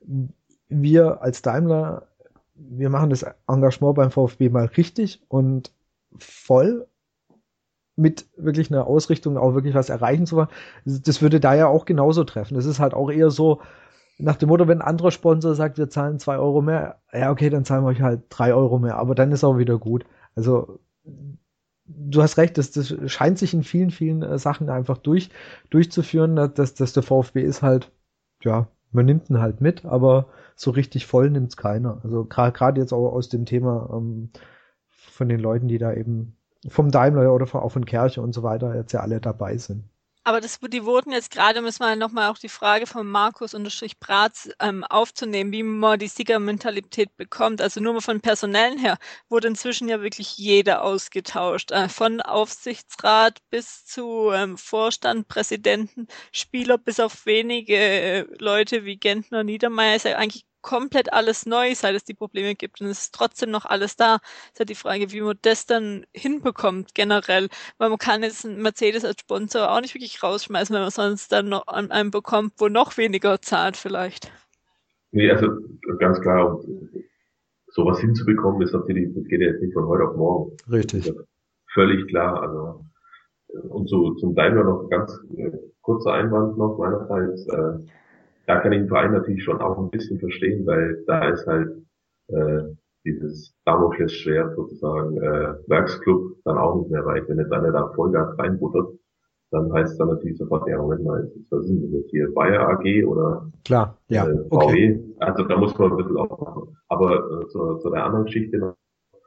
wir als Daimler, wir machen das Engagement beim VfB mal richtig und voll mit wirklich einer Ausrichtung auch wirklich was erreichen zu wollen. Das würde da ja auch genauso treffen. Das ist halt auch eher so, nach dem Motto, wenn ein anderer Sponsor sagt, wir zahlen zwei Euro mehr, ja okay, dann zahlen wir euch halt drei Euro mehr, aber dann ist auch wieder gut. Also du hast recht, das, das scheint sich in vielen, vielen äh, Sachen einfach durch, durchzuführen, dass, dass der VfB ist halt, ja, man nimmt ihn halt mit, aber so richtig voll nimmt's keiner. Also gerade jetzt auch aus dem Thema ähm, von den Leuten, die da eben vom Daimler oder auch von Kerche und so weiter jetzt ja alle dabei sind. Aber das, die wurden jetzt gerade, müssen wir nochmal auch die Frage von Markus unterstrich Bratz ähm, aufzunehmen, wie man die Siegermentalität bekommt. Also nur mal von Personellen her wurde inzwischen ja wirklich jeder ausgetauscht. Äh, von Aufsichtsrat bis zu ähm, Vorstand, Präsidenten, Spieler, bis auf wenige äh, Leute wie Gentner, Niedermeyer, ist ja eigentlich komplett alles neu, seit es die Probleme gibt. Und es ist trotzdem noch alles da. Ist ja die Frage, wie man das dann hinbekommt generell. Weil man kann jetzt einen Mercedes als Sponsor auch nicht wirklich rausschmeißen, wenn man sonst dann noch an einen bekommt, wo noch weniger zahlt vielleicht. Nee, also ganz klar, sowas hinzubekommen, ist natürlich, das geht ja jetzt nicht von heute auf morgen. Richtig. Das ist ja völlig klar. Also und so zum Daimler noch ganz äh, kurzer Einwand noch meinerseits. Äh, da kann ich den Verein natürlich schon auch ein bisschen verstehen, weil da ist halt äh, dieses Damoklesschwert sozusagen äh, Werksclub dann auch nicht mehr weit. Wenn jetzt einer da Vollgas reinbuttert, dann heißt es dann natürlich sofort, ja Moment mal, was sind das jetzt hier, Bayer A G oder Klar, ja, äh, V W? okay. Also da muss man ein bisschen aufmachen. Aber äh, zu, zu der anderen Geschichte noch.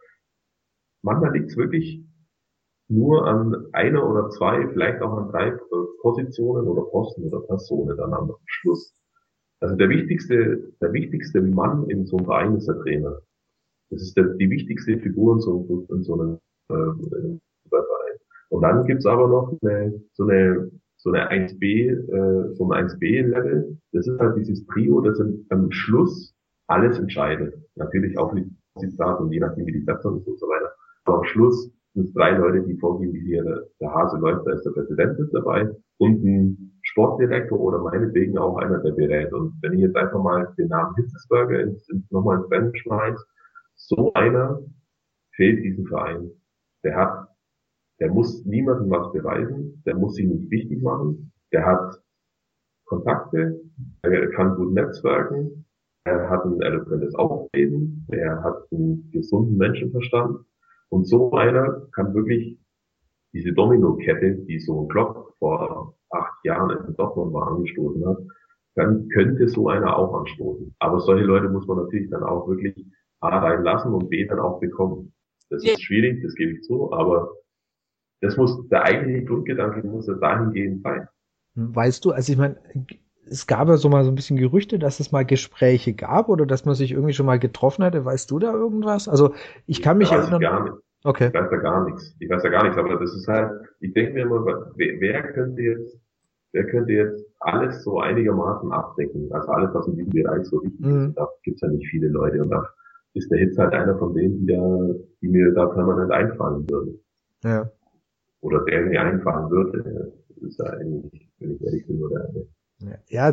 Manchmal liegt es wirklich nur an einer oder zwei, vielleicht auch an drei äh, Positionen oder Posten oder Personen dann am Schluss. Also der wichtigste, der wichtigste Mann in so einem Verein ist der Trainer. Das ist der, die wichtigste Figur in so, in so einem äh, Verein. Und dann gibt's aber noch eine, so eine so eine eins B, äh, so ein eins B-Level. Das ist halt dieses Trio, das am Schluss alles entscheidet. Natürlich auch die Zitate und je nachdem wie die Besetzung ist und so weiter. Aber am Schluss sind es drei Leute, die vorgeben, wie hier der, der Hase läuft. Da ist der Präsident mit dabei und ein Sportdirektor oder meinetwegen auch einer, der berät. Und wenn ich jetzt einfach mal den Namen Hitzesberger ins, ins, nochmal ins Rennen schmeiß, so einer fehlt diesem Verein. Der hat, der muss niemandem was beweisen, der muss sich nicht wichtig machen, der hat Kontakte, er kann gut netzwerken, er hat ein eloquentes Auftreten, er hat einen gesunden Menschenverstand und so einer kann wirklich diese Domino-Kette, die so ein Klopp vor acht Jahren in Dortmund mal angestoßen hat, dann könnte so einer auch anstoßen. Aber solche Leute muss man natürlich dann auch wirklich A reinlassen und B dann auch bekommen. Das ist schwierig, das gebe ich zu, aber das muss, der eigentliche Grundgedanke muss ja dahingehend sein. Weißt du, also ich meine, es gab ja so mal so ein bisschen Gerüchte, dass es mal Gespräche gab oder dass man sich irgendwie schon mal getroffen hatte. Weißt du da irgendwas? Also ich kann mich da weiß erinnern. Ich gar nicht. Okay. Ich weiß da gar nichts. Ich weiß da gar nichts, aber das ist halt, ich denke mir immer, wer, wer könnte jetzt, wer könnte jetzt alles so einigermaßen abdecken? Also alles, was in diesem Bereich so wichtig mhm. ist. Da gibt's ja nicht viele Leute und da ist der Hitz halt einer von denen, die, da, die mir da permanent einfallen würden. Ja. Oder der mir einfallen würde. Das ist ja eigentlich, wenn ich ehrlich bin, nur der eine. Ja, also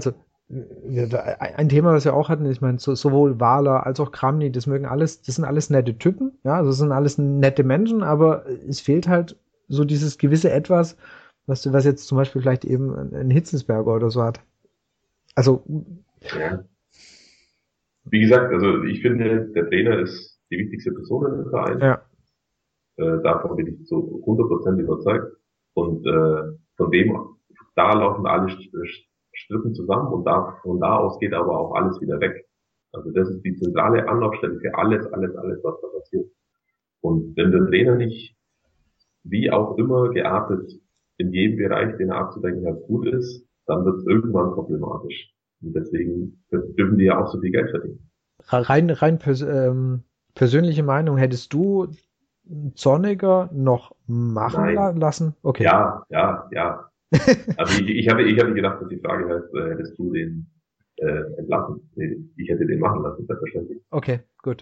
ein Thema, was wir auch hatten, ich meine, so, sowohl Wahler als auch Kramny, das mögen alles, das sind alles nette Typen, ja, also das sind alles nette Menschen, aber es fehlt halt so dieses gewisse Etwas, was, was jetzt zum Beispiel vielleicht eben ein Hitzelsberger oder so hat. Also. Ja. Wie gesagt, also ich finde, der Trainer ist die wichtigste Person im Verein. Ja. Äh, davon bin ich zu hundert Prozent überzeugt. Und äh, von dem, da laufen alle Strippen zusammen und da, von da aus geht aber auch alles wieder weg. Also das ist die zentrale Anlaufstelle für alles, alles, alles, was da passiert. Und wenn der Trainer nicht, wie auch immer, geartet in jedem Bereich, den er abzudenken hat, gut ist, dann wird es irgendwann problematisch. Und deswegen dürfen die ja auch so viel Geld verdienen. Rein, rein pers ähm, persönliche Meinung, hättest du Zorniger noch machen Nein. lassen? Okay. Ja, ja, ja. Also ich, ich habe ich habe gedacht, dass die Frage heißt, äh, hättest du den äh, entlassen? Nee, ich hätte den machen lassen, selbstverständlich. Okay, gut.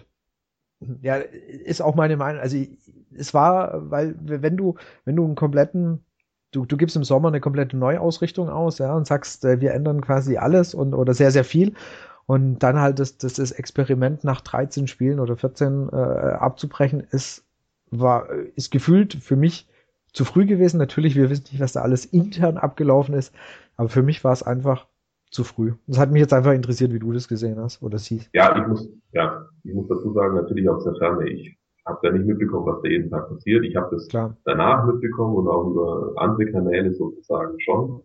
Ja, ist auch meine Meinung. Also es war, weil wenn du, wenn du einen kompletten, du, du gibst im Sommer eine komplette Neuausrichtung aus, ja, und sagst, äh, wir ändern quasi alles und oder sehr, sehr viel und dann halt das, das, das Experiment nach dreizehn Spielen oder vierzehn äh, abzubrechen, ist war ist gefühlt für mich zu früh gewesen. Natürlich, wir wissen nicht, was da alles intern abgelaufen ist, aber für mich war es einfach zu früh. Das hat mich jetzt einfach interessiert, wie du das gesehen hast oder siehst. Ja, ich muss, ja, ich muss dazu sagen, natürlich aus der Ferne. Ich habe da nicht mitbekommen, was da jeden Tag passiert. Ich habe das Klar. danach mitbekommen und auch über andere Kanäle sozusagen schon.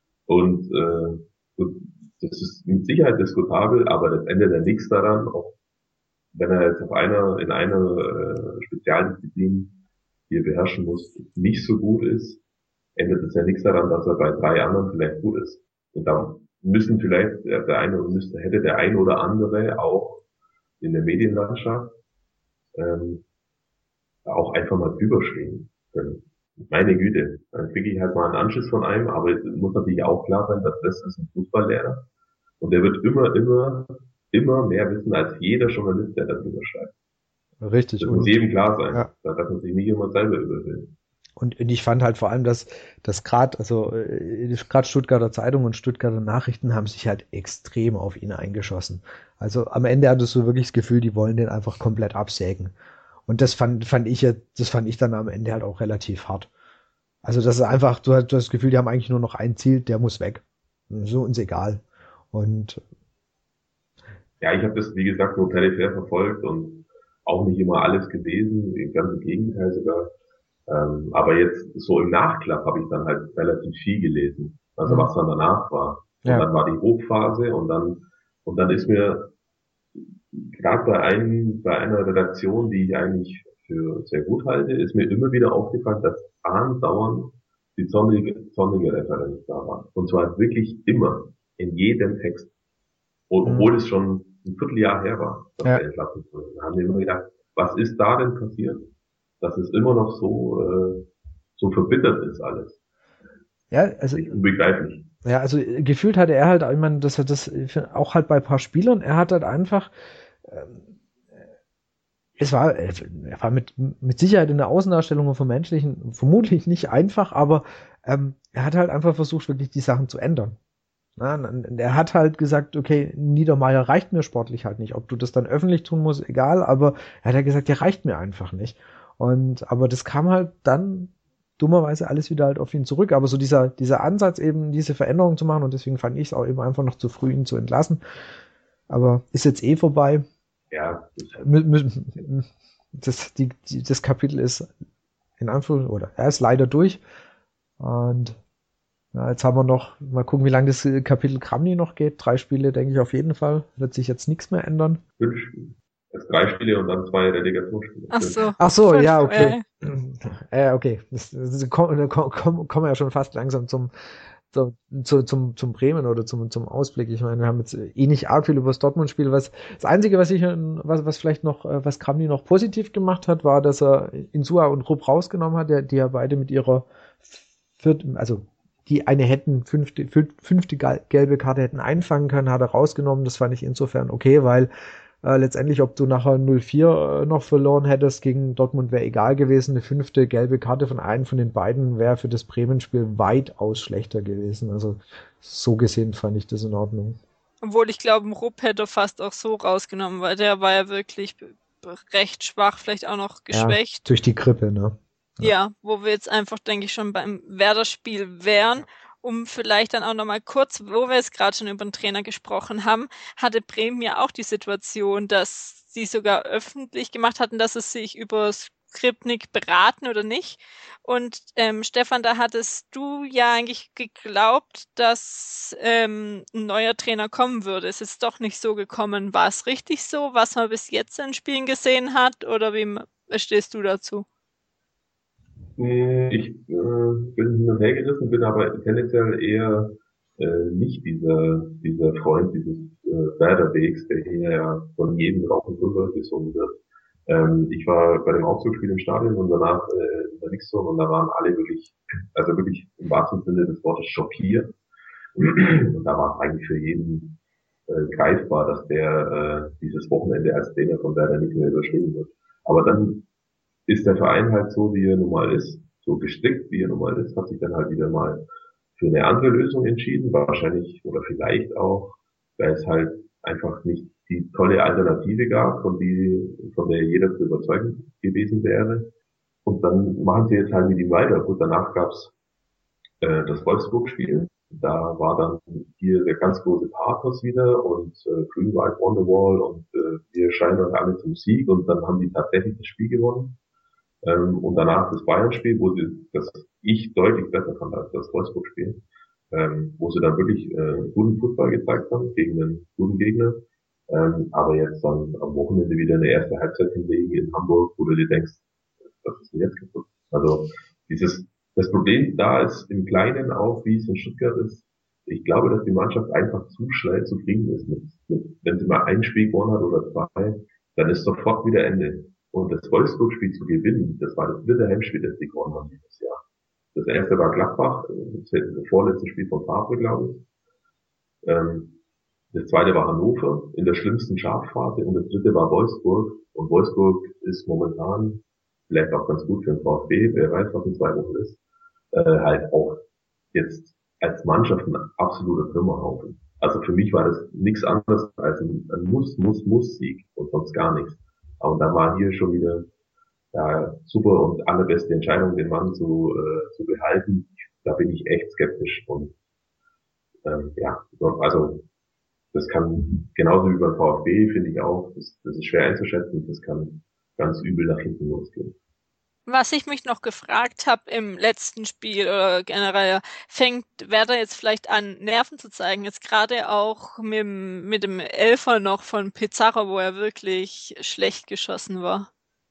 Und äh, das ist mit Sicherheit diskutabel, aber das ändert ja nichts daran, auch wenn er jetzt auf einer, in einer äh, Spezialdisziplin, die er beherrschen muss, nicht so gut ist, ändert es ja nichts daran, dass er bei drei anderen vielleicht gut ist. Und da müssen vielleicht, der eine müsste, hätte der eine oder andere auch in der Medienlandschaft ähm, auch einfach mal drüber stehen können. Meine Güte, dann kriege ich halt mal einen Anschiss von einem, aber es muss natürlich auch klar sein, dass das ist ein Fußballlehrer und der wird immer, immer immer mehr wissen als jeder Journalist, der darüber schreibt. Richtig. Das muss jedem klar sein. Ja. Da darf man sich nicht immer selber überwinden. Und, und ich fand halt vor allem, dass, dass gerade, also äh, gerade Stuttgarter Zeitung und Stuttgarter Nachrichten haben sich halt extrem auf ihn eingeschossen. Also am Ende hattest du wirklich das Gefühl, die wollen den einfach komplett absägen. Und das fand, fand ich ja, das fand ich dann am Ende halt auch relativ hart. Also das ist einfach, du hast, du hast das Gefühl, die haben eigentlich nur noch ein Ziel, der muss weg. So uns egal. Und ja, ich habe das, wie gesagt, nur peripher verfolgt und auch nicht immer alles gelesen, ganz im Gegenteil sogar. Ähm, aber jetzt so im Nachklapp habe ich dann halt relativ viel gelesen, also mhm. was dann danach war. Und ja. dann war die Hochphase und dann und dann ist mir gerade bei einem, bei einer Redaktion, die ich eigentlich für sehr gut halte, ist mir immer wieder aufgefallen, dass andauernd die zornige, zornige Referenz da war. Und zwar wirklich immer, in jedem Text. Und obwohl mhm. es schon ein Vierteljahr her war, dass ja. er entlassen wurde. Da haben wir immer gedacht, was ist da denn passiert? Dass es immer noch so, äh, so verbittert ist alles. Ja, also. Unbegreiflich. Ja, also gefühlt hatte er halt, ich meine, dass er das auch halt bei ein paar Spielern, er hat halt einfach, ähm, es war, er war mit, mit Sicherheit in der Außendarstellung und vom Menschlichen vermutlich nicht einfach, aber ähm, er hat halt einfach versucht, wirklich die Sachen zu ändern. Na, er hat halt gesagt, okay, Niedermeyer reicht mir sportlich halt nicht. Ob du das dann öffentlich tun musst, egal, aber er hat ja gesagt, der reicht mir einfach nicht. Und, aber das kam halt dann dummerweise alles wieder halt auf ihn zurück. Aber so dieser, dieser Ansatz eben, diese Veränderung zu machen, und deswegen fand ich es auch eben einfach noch zu früh, ihn zu entlassen. Aber ist jetzt eh vorbei. Ja. Das, die, die, das Kapitel ist in Anführungszeichen, oder er ist leider durch. Und ja, jetzt haben wir noch, mal gucken, wie lange das Kapitel Kramny noch geht. Drei Spiele, denke ich auf jeden Fall. Wird sich jetzt nichts mehr ändern. Fünf Spiele. Erst drei Spiele und dann zwei Relegationsspiele. Ach so. Ach so, Fünf, ja, okay. Äh, okay. Das, das, kommen komm, komm wir ja schon fast langsam zum, zum, zu, zum, zum Bremen oder zum, zum Ausblick. Ich meine, wir haben jetzt eh nicht arg viel über das Dortmund-Spiel. Was, das Einzige, was ich, was, was vielleicht noch, was Kramny noch positiv gemacht hat, war, dass er Insua und Rupp rausgenommen hat, die ja beide mit ihrer vierten, also die eine hätten, fünfte, fünfte gelbe Karte hätten einfangen können, hat er rausgenommen. Das fand ich insofern okay, weil äh, letztendlich, ob du nachher null vier äh, noch verloren hättest gegen Dortmund, wäre egal gewesen. Eine fünfte gelbe Karte von einem von den beiden wäre für das Bremen-Spiel weitaus schlechter gewesen. Also so gesehen fand ich das in Ordnung. Obwohl ich glaube, Rupp hätte fast auch so rausgenommen, weil der war ja wirklich b- b- recht schwach, vielleicht auch noch Ja, geschwächt. durch die Grippe, ne? Ja. Ja, wo wir jetzt einfach, denke ich, schon beim Werder-Spiel wären, um vielleicht dann auch noch mal kurz, wo wir jetzt gerade schon über den Trainer gesprochen haben, hatte Bremen ja auch die Situation, dass sie sogar öffentlich gemacht hatten, dass es sich über Skripnik beraten oder nicht. Und ähm, Stefan, da hattest du ja eigentlich geglaubt, dass ähm, ein neuer Trainer kommen würde. Ist jetzt doch nicht so gekommen. War es richtig so, was man bis jetzt in Spielen gesehen hat? Oder wie stehst du dazu? Hm, Ich äh, bin hin und her gerissen, bin aber tendenziell eher äh, nicht dieser, dieser Freund dieses äh, Werderwegs, der hier ja von jedem rauf und runter gesungen wird. Ähm, ich war bei dem Aufzugsspiel im Stadion und danach äh, in der Mixzone und da waren alle wirklich, also wirklich im wahrsten Sinne des Wortes schockiert. Und da war es eigentlich für jeden äh, greifbar, dass der äh, dieses Wochenende als Trainer von Werder nicht mehr überstehen wird. Aber dann ist der Verein halt so, wie er nun mal ist, so gestrickt, wie er nun mal ist, hat sich dann halt wieder mal für eine andere Lösung entschieden, wahrscheinlich oder vielleicht auch, weil es halt einfach nicht die tolle Alternative gab, von die, von der jeder zu überzeugen gewesen wäre. Und dann machen sie jetzt halt mit ihm weiter. Gut, danach gab's äh, das Wolfsburg-Spiel. Da war dann hier der ganz große Pathos wieder und äh, Green White on the Wall und äh, wir scheinen uns alle zum Sieg und dann haben die tatsächlich das Spiel gewonnen. Ähm, und danach das Bayern-Spiel, wo sie, das ich deutlich besser fand als das Wolfsburg-Spiel, ähm, wo sie dann wirklich äh, guten Fußball gezeigt haben gegen einen guten Gegner. Ähm, aber jetzt dann am Wochenende wieder eine erste Halbzeit hinlegen in Hamburg, wo du dir denkst, was ist denn jetzt kaputt? Also dieses, das Problem da ist im Kleinen auch, wie es in Stuttgart ist. Ich glaube, dass die Mannschaft einfach zu schnell zufrieden ist mit, mit wenn sie mal ein Spiel gewonnen hat oder zwei, dann ist sofort wieder Ende. Und das Wolfsburg-Spiel zu gewinnen, das war das dritte Heimspiel, das die gewonnen haben dieses Jahr. Das erste war Gladbach, das vorletzte Spiel von Favre, glaube ich. Ähm, das zweite war Hannover in der schlimmsten Schafphase und das dritte war Wolfsburg. Und Wolfsburg ist momentan vielleicht auch ganz gut für den VfB, wer weiß, was in zwei Wochen ist, äh, halt auch jetzt als Mannschaft ein absoluter Trümmerhaufen. Also für mich war das nichts anderes als ein, ein Muss, Muss, Muss-Sieg und sonst gar nichts. Aber da war hier schon wieder ja, super und allerbeste Entscheidung, den Mann zu, äh, zu behalten. Da bin ich echt skeptisch und ähm, ja, also das kann genauso wie beim VfB, finde ich auch, das, das ist schwer einzuschätzen, das kann ganz übel nach hinten losgehen. Was ich mich noch gefragt habe im letzten Spiel oder generell, fängt Werder jetzt vielleicht an, Nerven zu zeigen? Jetzt gerade auch mit, dem- mit dem Elfer noch von Pizarro, wo er wirklich schlecht geschossen war.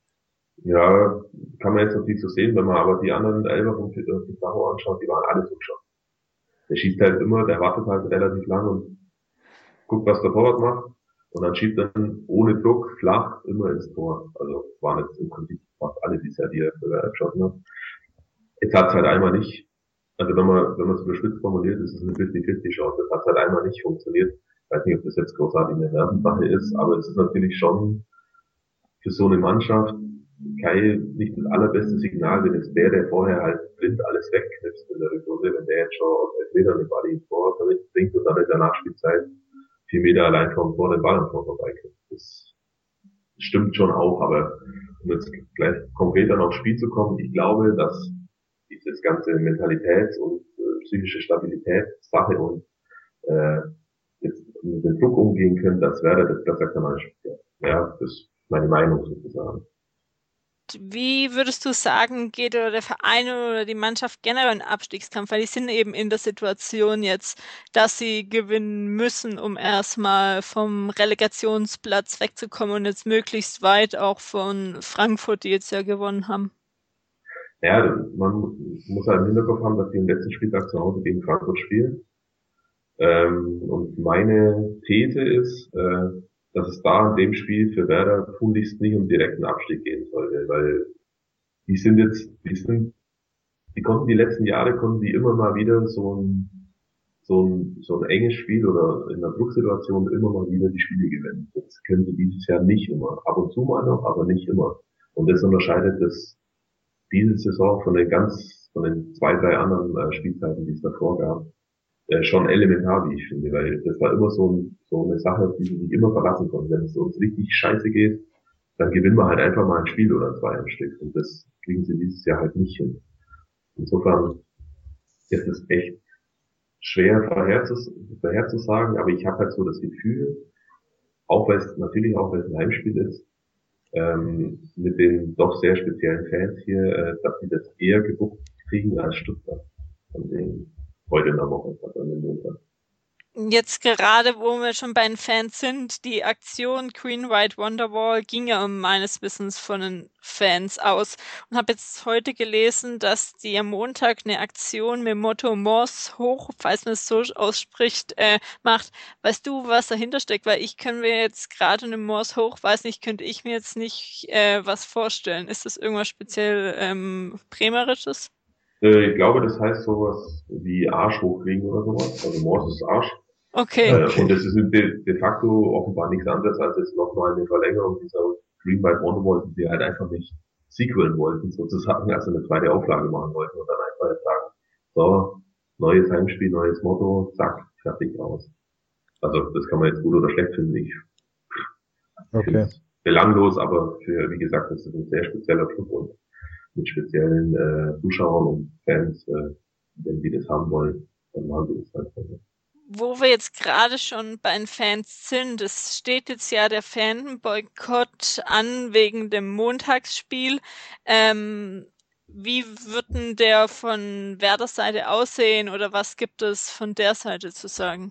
Ja, kann man jetzt noch nicht so sehen, wenn man aber die anderen Elfer von Pizarro anschaut, die waren alle so geschossen. Der schießt halt immer, der wartet halt relativ lang und guckt, was der Torwart macht. Und dann schiebt er dann ohne Druck flach immer ins Tor. Also es waren jetzt im Prinzip fast alle bisher, die er für geschossen hat. Jetzt hat's halt einmal nicht, also wenn man, wenn man es überspitzt formuliert, ist es eine fünfzig fünfzig Chance. Das hat halt einmal nicht funktioniert. Ich weiß nicht, ob das jetzt großartig eine Nervensache ist, aber es ist natürlich schon für so eine Mannschaft Kai nicht das allerbeste Signal, wenn es der, der vorher halt blind alles wegknipst in der Rückrunde, wenn der jetzt schon aus elf Metern den Ball ins Tor bringt und dann in der Nachspielzeit vier Meter allein vom Tor den Ball am Tor vorbeikriegt. Das stimmt schon auch, aber um jetzt gleich konkreter noch aufs Spiel zu kommen, ich glaube, dass dieses ganze Mentalitäts- und äh, psychische Stabilitätssache und äh, jetzt mit dem Druck umgehen können, das wäre das besser kann man spielen. Ja, das ist meine Meinung sozusagen. Wie würdest du sagen, geht oder der Verein oder die Mannschaft generell in den Abstiegskampf? Weil die sind eben in der Situation jetzt, dass sie gewinnen müssen, um erstmal vom Relegationsplatz wegzukommen und jetzt möglichst weit auch von Frankfurt, die jetzt ja gewonnen haben. Ja, man muss halt im Hinterkopf haben, dass die im letzten Spieltag zu Hause gegen Frankfurt spielen. Ähm, und meine These ist, äh, dass es da in dem Spiel für Werder tunlichst nicht um direkten Abstieg gehen sollte, weil die sind jetzt, die sind, die konnten die letzten Jahre, konnten die immer mal wieder so ein, so ein, so ein enges Spiel oder in einer Drucksituation immer mal wieder die Spiele gewinnen. Das können sie dieses Jahr nicht immer. Ab und zu mal noch, aber nicht immer. Und das unterscheidet das diese Saison von den ganz, von den zwei, drei anderen äh, Spielzeiten, die es davor gab. äh, schon elementar, wie ich finde, weil das war immer so, ein, so eine Sache, auf die sie sich immer verlassen konnten. Wenn es uns richtig scheiße geht, dann gewinnen wir halt einfach mal ein Spiel oder zwei am Stück. Und das kriegen sie dieses Jahr halt nicht hin. Insofern ist es echt schwer vorherzus vorherzusagen, aber ich habe halt so das Gefühl, auch weil es natürlich auch weil es ein Heimspiel ist, ähm, mit den doch sehr speziellen Fans hier, äh, dass sie das eher gewuppt kriegen als Stuttgart von denen heute in der Woche, also an den Montag. Jetzt gerade, wo wir schon bei den Fans sind, die Aktion Green White Wonderwall ging ja meines Wissens von den Fans aus und habe jetzt heute gelesen, dass die am Montag eine Aktion mit dem Motto Morse hoch, falls man es so ausspricht, äh, macht. Weißt du, was dahinter steckt? Weil ich kann mir jetzt gerade eine Morse hoch, weiß nicht, könnte ich mir jetzt nicht äh, was vorstellen. Ist das irgendwas speziell ähm, Bremerisches? Äh, ich glaube, das heißt sowas wie Arsch hochkriegen oder sowas. Also Morse ist Arsch. Okay. Äh, Okay. und das ist de, de facto offenbar nichts anderes als jetzt nochmal eine Verlängerung dieser Green White Wonderwall, die wir halt einfach nicht sequelen wollten, sozusagen, also eine zweite Auflage machen wollten und dann einfach jetzt sagen, so, neues Heimspiel, neues Motto, zack, fertig aus. Also das kann man jetzt gut oder schlecht finden. Ich finde Okay. es belanglos, aber für, wie gesagt, das ist ein sehr spezieller Club und mit speziellen äh, Zuschauern und Fans, äh, wenn die das haben wollen, dann machen die das halt. Wo wir jetzt gerade schon bei den Fans sind, es steht jetzt ja der Fanboykott an wegen dem Montagsspiel. Ähm, wie wird denn der von Werders Seite aussehen oder was gibt es von der Seite zu sagen?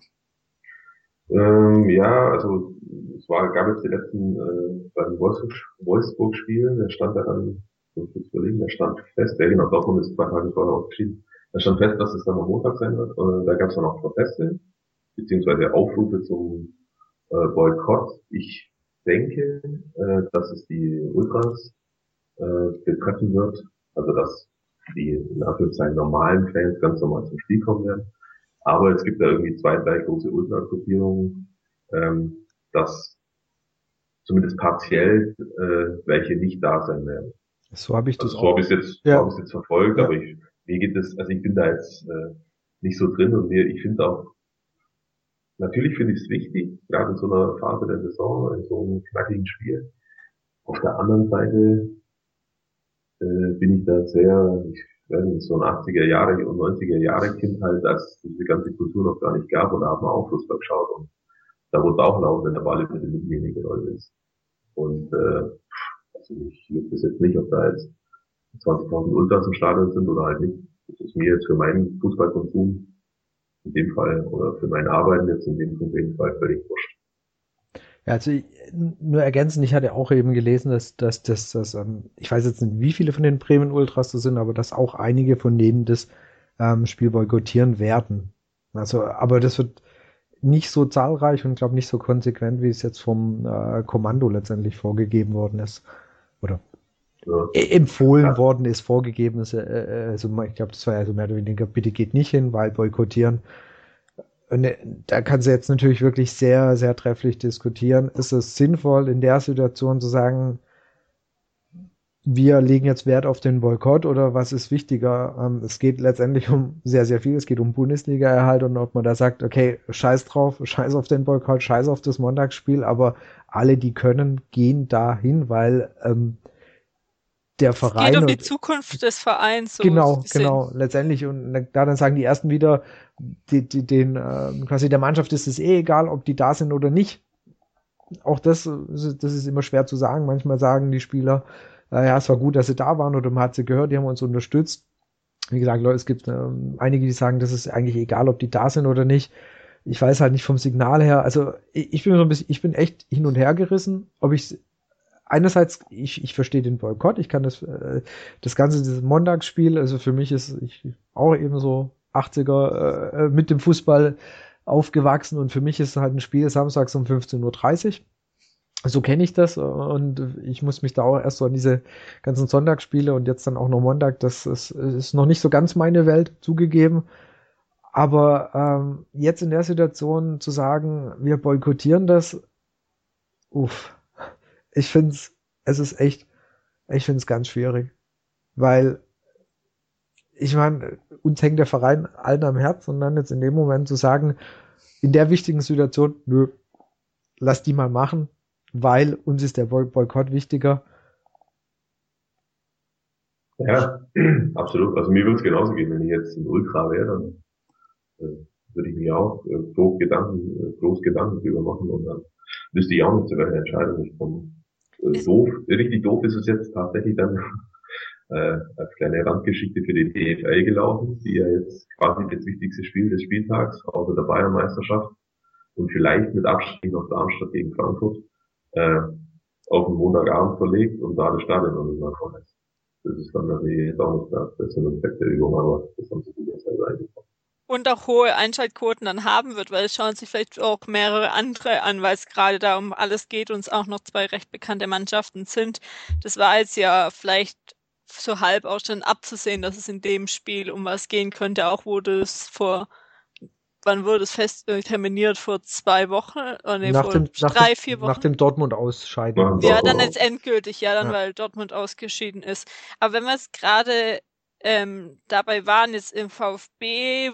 Ähm, ja, also es war, gab jetzt die letzten äh, beiden Wolfsburg-Spielen, der stand da dann, so kurz überlegen, der stand fest, ja genau, Dortmund ist zwei Tage vorher ausgeschieden, da stand fest, dass es dann am Montag sein wird. Äh, da gab es dann auch Proteste, beziehungsweise Aufrufe zum äh, Boykott. Ich denke, äh, dass es die Ultras äh, betreffen wird, also dass die in Anführungszeichen normalen Fans ganz normal zum Spiel kommen werden. Aber es gibt da irgendwie zwei, drei große Ultragruppierungen, ähm, dass zumindest partiell äh, welche nicht da sein werden. So habe ich das Also so auch. habe ich es jetzt, so Ja. habe ich es jetzt verfolgt, Ja. aber ich, mir geht es, also ich bin da jetzt äh, nicht so drin und mir, ich finde auch, natürlich finde ich es wichtig, gerade in so einer Phase der Saison, in so einem knackigen Spiel. Auf der anderen Seite äh, bin ich da sehr, ich weiß nicht, so ein achtziger Jahre und neunziger Jahre Kind halt, als diese ganze Kultur noch gar nicht gab und da hat man auch Fußball geschaut und da wurde auch laut, wenn der Ball über die Mittellinie gerollt ist. Und äh, also ich wüsste es jetzt nicht, ob da jetzt zwanzigtausend Ultras im Stadion sind oder halt nicht. Das ist mir jetzt für meinen Fußballkonsum in dem Fall oder für mein Arbeiten jetzt in dem konkreten Fall völlig wurscht. Ja, also ich, nur ergänzend, ich hatte auch eben gelesen, dass, dass, dass, dass ähm, ich weiß jetzt nicht, wie viele von den Bremen Ultras das sind, aber dass auch einige von denen das ähm, Spiel boykottieren werden. Also, aber das wird nicht so zahlreich und glaube nicht so konsequent, wie es jetzt vom äh, Kommando letztendlich vorgegeben worden ist. Oder Ja. e- empfohlen Ja. worden ist, vorgegeben ist. Äh, äh, also ich glaube, das war ja so mehr oder weniger, bitte geht nicht hin, weil boykottieren. Und äh, da kannst du jetzt natürlich wirklich sehr, sehr trefflich diskutieren. Ist es sinnvoll, in der Situation zu sagen, wir legen jetzt Wert auf den Boykott oder was ist wichtiger? Ähm, es geht letztendlich um sehr, sehr viel. Es geht um Bundesliga-Erhalt und ob man da sagt, okay, scheiß drauf, scheiß auf den Boykott, scheiß auf das Montagsspiel, aber alle, die können, gehen dahin, weil ähm, der Es Verein geht um die und Zukunft des Vereins, so genau, gesehen. genau, letztendlich. Und da dann sagen die ersten wieder, die, die, den, äh, quasi der Mannschaft ist es eh egal, ob die da sind oder nicht. Auch das, das ist immer schwer zu sagen. Manchmal sagen die Spieler, äh, ja, es war gut, dass sie da waren oder man hat sie gehört, die haben uns unterstützt. Wie gesagt, Leute, es gibt ähm, einige, die sagen, das ist eigentlich egal, ob die da sind oder nicht. Ich weiß halt nicht vom Signal her. Also ich, ich bin so ein bisschen, ich bin echt hin und her gerissen, ob ich einerseits, ich, ich verstehe den Boykott, ich kann das, äh, das ganze, dieses Montagsspiel, also für mich ist ich auch eben so achtziger äh, mit dem Fußball aufgewachsen und für mich ist halt ein Spiel samstags um fünfzehn Uhr dreißig. So kenne ich das und ich muss mich da auch erst so an diese ganzen Sonntagsspiele und jetzt dann auch noch Montag, das ist, ist noch nicht so ganz meine Welt, zugegeben. Aber ähm, jetzt in der Situation zu sagen, wir boykottieren das, uff, ich finde es, es ist echt, ich finde es ganz schwierig, weil ich meine, uns hängt der Verein allen am Herz und dann jetzt in dem Moment zu sagen, in der wichtigen Situation, nö, lass die mal machen, weil uns ist der Boykott wichtiger. Ja, absolut. Also mir würde es genauso gehen, wenn ich jetzt ein Ultra wäre, dann äh, würde ich mir auch äh, groß Gedanken, äh, groß Gedanken drüber machen und dann wüsste ich auch nicht, zu welcher Entscheidung ich komme. Äh, doof, richtig doof ist es jetzt tatsächlich dann äh, als kleine Randgeschichte für die D F L gelaufen, die ja jetzt quasi das wichtigste Spiel des Spieltags, außer der Bayernmeisterschaft und vielleicht mit Abstieg noch Darmstadt gegen Frankfurt, äh, auf den Montagabend verlegt und da das Stadion noch nicht mal voll ist. Das ist dann natürlich jetzt auch nicht das beste Effekt der Übung, aber das haben sie gut selber eingebaut. Und auch hohe Einschaltquoten dann haben wird, weil es schauen sich vielleicht auch mehrere andere an, weil es gerade da um alles geht und es auch noch zwei recht bekannte Mannschaften sind. Das war jetzt ja vielleicht so halb auch schon abzusehen, dass es in dem Spiel um was gehen könnte, auch wurde es vor, wann wurde es fest äh, terminiert, vor zwei Wochen? Oh, nee, nach vor dem, nach drei, dem, vier Wochen. Nach dem Dortmund-Ausscheiden. Nach dem Ja, Dortmund dann jetzt aus. endgültig, ja, dann Ja. weil Dortmund ausgeschieden ist. Aber wenn wir es gerade ähm, dabei waren, jetzt im VfB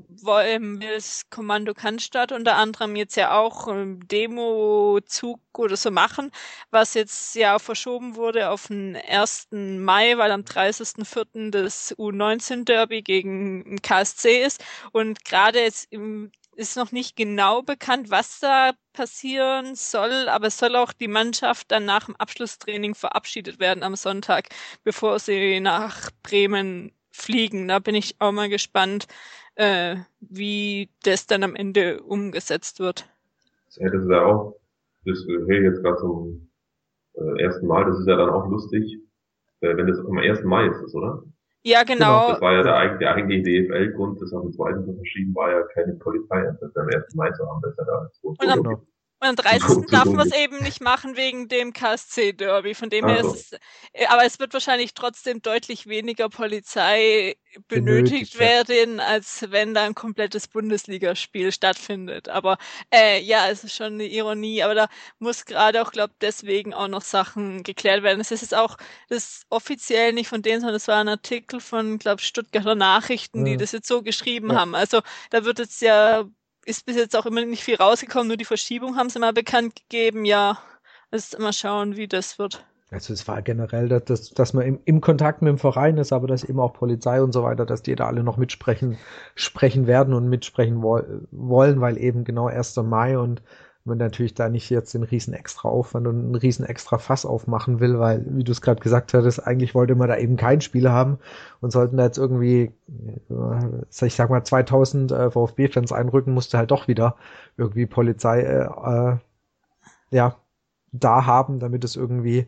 wollen wir das Kommando Cannstatt unter anderem jetzt ja auch ähm, Demo-Zug oder so machen, was jetzt ja verschoben wurde auf den ersten Mai, weil am dreißigsten vierten das U neunzehn Derby gegen K S C ist. Und gerade jetzt im ist noch nicht genau bekannt, was da passieren soll, aber es soll auch die Mannschaft dann nach dem Abschlusstraining verabschiedet werden am Sonntag, bevor sie nach Bremen fliegen. Da bin ich auch mal gespannt, äh, wie das dann am Ende umgesetzt wird. Ja, das ist ja auch, das höre ich jetzt gerade zum äh, ersten Mal, das ist ja dann auch lustig, äh, wenn das am ersten Mai ist, das, oder? Ja, genau. Das war ja der, eig- der eigentliche D F L-Grund, das am zweiten zu verschieben, war ja keine Polizeieinsatz am ersten Mai zu haben, das ist ja da so. Und am, Genau. und am So- dreißigsten so darf man es dunkel. eben nicht machen wegen dem K S C-Derby. Von dem Ach her ist so. es, äh, aber es wird wahrscheinlich trotzdem deutlich weniger Polizei benötigt Benötigt, ja. werden, als wenn da ein komplettes Bundesligaspiel stattfindet. Aber äh, ja, es ist schon eine Ironie, aber da muss gerade auch, glaube deswegen auch noch Sachen geklärt werden. Es ist jetzt auch das offiziell nicht von denen, sondern es war ein Artikel von, glaube Stuttgarter Nachrichten, die Ja. das jetzt so geschrieben Ja. haben. Also da wird jetzt ja ist bis jetzt auch immer nicht viel rausgekommen, nur die Verschiebung haben sie mal bekannt gegeben. Ja, jetzt mal schauen, wie das wird. Also es war generell, dass, dass, dass man im, im Kontakt mit dem Verein ist, aber dass eben auch Polizei und so weiter, dass die da alle noch mitsprechen sprechen werden und mitsprechen wo wollen, weil eben genau erster Mai und man natürlich da nicht jetzt den riesen extra Aufwand und einen riesen extra Fass aufmachen will, weil, wie du es gerade gesagt hattest, eigentlich wollte man da eben kein Spiel haben und sollten da jetzt irgendwie, äh, ich sag mal, zweitausend äh, VfB-Fans einrücken, musste halt doch wieder irgendwie Polizei äh, äh, ja, da haben, damit es irgendwie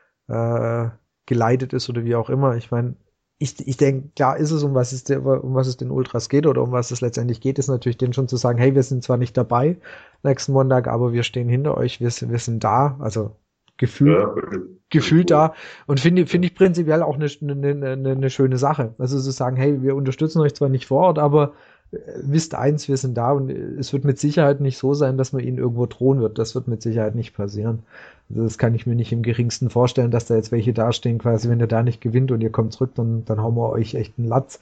äh, geleitet ist oder wie auch immer. Ich meine, ich, ich denke, klar ist es, um was es, der, um was es den Ultras geht oder um was es letztendlich geht, ist natürlich denen schon zu sagen, hey, wir sind zwar nicht dabei nächsten Montag, aber wir stehen hinter euch, wir, wir sind da, also gefühlt, Ja, wirklich. gefühlt da und finde finde ich prinzipiell auch eine, eine, eine, eine schöne Sache. Also zu sagen, hey, wir unterstützen euch zwar nicht vor Ort, aber äh, wisst eins, wir sind da und es wird mit Sicherheit nicht so sein, dass man ihnen irgendwo drohen wird. Das wird mit Sicherheit nicht passieren. Also das kann ich mir nicht im geringsten vorstellen, dass da jetzt welche dastehen, quasi, wenn ihr da nicht gewinnt und ihr kommt zurück, dann, dann hauen wir euch echt einen Latz.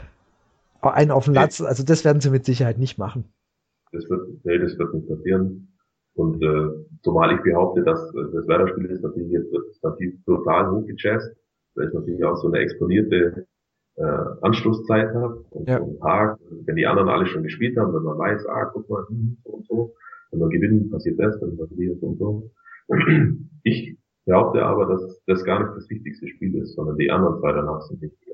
Einen auf den Latz, also das werden sie mit Sicherheit nicht machen. Das wird, nee, das wird nicht passieren. Und äh, zumal ich behaupte, dass äh, das Werder-Spiel ist natürlich jetzt wird es natürlich total hochgejazzt, weil es natürlich auch so eine exponierte äh, Anschlusszeit hat und Ja. so einen Tag, wenn die anderen alle schon gespielt haben, wenn man weiß, ah, guck mal, hm, so und so, wenn wir gewinnen, passiert das, wenn wir verlieren, so und so. Ich behaupte aber, dass das gar nicht das wichtigste Spiel ist, sondern die anderen zwei danach sind wichtiger.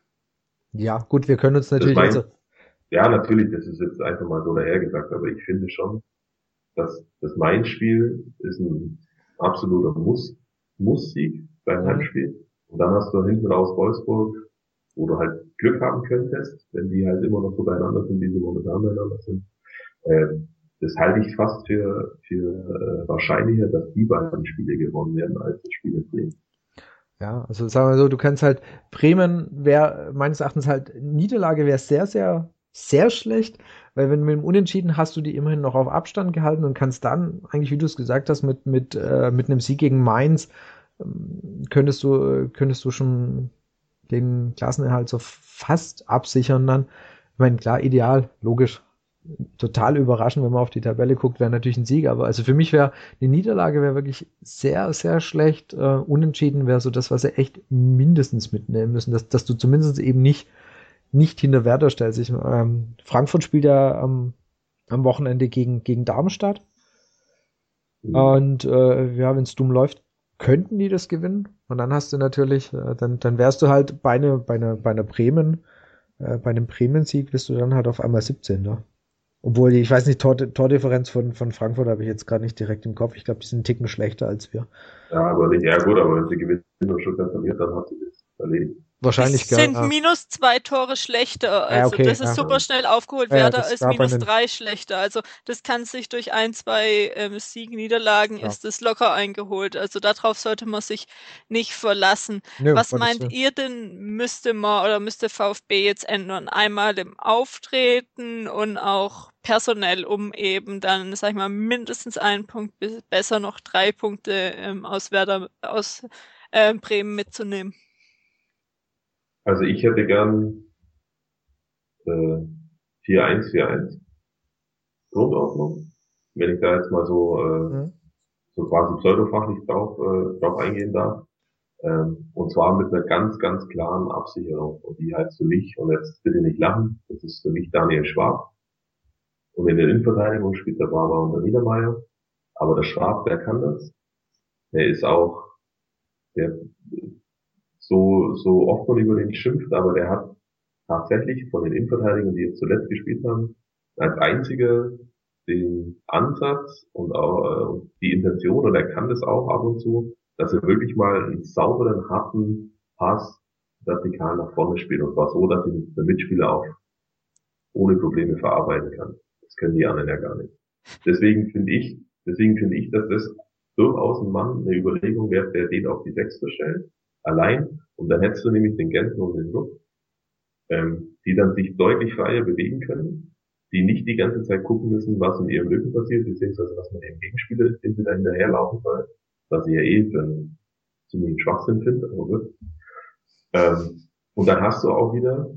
Ja, gut, wir können uns natürlich, mein- also, Ja, natürlich, das ist jetzt einfach mal so dahergesagt, aber ich finde schon, dass das Main-Spiel ist ein absoluter Muss, Muss-Sieg beim Mhm. Heimspiel. Und dann hast du hinten raus Wolfsburg, wo du halt Glück haben könntest, wenn die halt immer noch so beieinander sind, wie sie momentan beieinander sind. Ähm, das halte ich fast für, für äh, wahrscheinlicher, dass die beiden Spiele gewonnen werden, als das Spiel in Bremen. ja, also sagen wir so, du kannst halt, Bremen wäre meines Erachtens halt, Niederlage wäre sehr, sehr, sehr schlecht, weil wenn du mit dem Unentschieden hast du die immerhin noch auf Abstand gehalten und kannst dann, eigentlich wie du es gesagt hast, mit, mit, äh, mit einem Sieg gegen Mainz, ähm, könntest du, könntest du schon den Klassenerhalt so fast absichern dann. Ich meine, klar, ideal, logisch, total überraschend, wenn man auf die Tabelle guckt, wäre natürlich ein Sieg, aber also für mich wäre eine Niederlage wäre wirklich sehr, sehr schlecht. Äh, unentschieden wäre so das, was sie echt mindestens mitnehmen müssen, dass, dass du zumindest eben nicht, nicht hinter Werder stellst. Ich, ähm, Frankfurt spielt ja am, am Wochenende gegen, gegen Darmstadt. Mhm. Und äh, ja, wenn es dumm läuft, könnten die das gewinnen. Und dann hast du natürlich, äh, dann, dann wärst du halt bei einer, bei einer, bei einer Bremen, äh, bei einem Bremen-Sieg bist du dann halt auf einmal siebzehnter. Obwohl, ich weiß nicht, Tor, Tordifferenz von, von Frankfurt habe ich jetzt gerade nicht direkt im Kopf. Ich glaube, die sind einen Ticken schlechter als wir. Ja, aber nicht, ja gut, aber wenn sie gewinnen und Stuttgart verliert, dann hat sie das erledigt. Wahrscheinlich, die sind ja. minus zwei Tore schlechter. Also ja, okay, das ist ja. super schnell aufgeholt. Ja, Werder ist minus drei schlechter. Also das kann sich durch ein, zwei ähm, Siegen, Niederlagen ja. ist das locker eingeholt. Also darauf sollte man sich nicht verlassen. Nö, was meint das, ihr denn, müsste man oder müsste VfB jetzt ändern? Einmal im Auftreten und auch personell, um eben dann, sag ich mal, mindestens einen Punkt, besser noch drei Punkte ähm, aus Werder, aus äh, Bremen mitzunehmen? Also ich hätte gern äh, vier eins, vier eins Grundordnung. Wenn ich da jetzt mal so äh, mhm. so quasi pseudofachlich drauf, äh, drauf eingehen darf. Ähm, und zwar mit einer ganz, ganz klaren Absicherung. Und die heißt für mich, und jetzt bitte nicht lachen, das ist für mich Daniel Schwab. Und in der Innenverteidigung spielt der Barber und der Niedermeyer. Aber der Schwab, der kann das. Der ist auch, der so, so oft man über den schimpft, aber der hat tatsächlich von den Innenverteidigern, die jetzt zuletzt gespielt haben, als einziger den Ansatz und auch äh, die Intention, und er kann das auch ab und zu, dass er wirklich mal einen sauberen, harten Pass vertikal nach vorne spielt, und zwar so, dass ihn der Mitspieler auch ohne Probleme verarbeiten kann. Das können die anderen ja gar nicht. Deswegen finde ich, deswegen finde ich, dass das durchaus ein Mann eine Überlegung wäre, der den auf die Sechs zu stellen, allein, und dann hättest du nämlich den Gänsen und den Luft, ähm, die dann sich deutlich freier bewegen können, die nicht die ganze Zeit gucken müssen, was in ihrem Rücken passiert, beziehungsweise was mit dem Gegenspieler ist, den sie da hinterherlaufen soll, was ich ja eh für einen ziemlichen Schwachsinn finde, aber gut. Ähm, und dann hast du auch wieder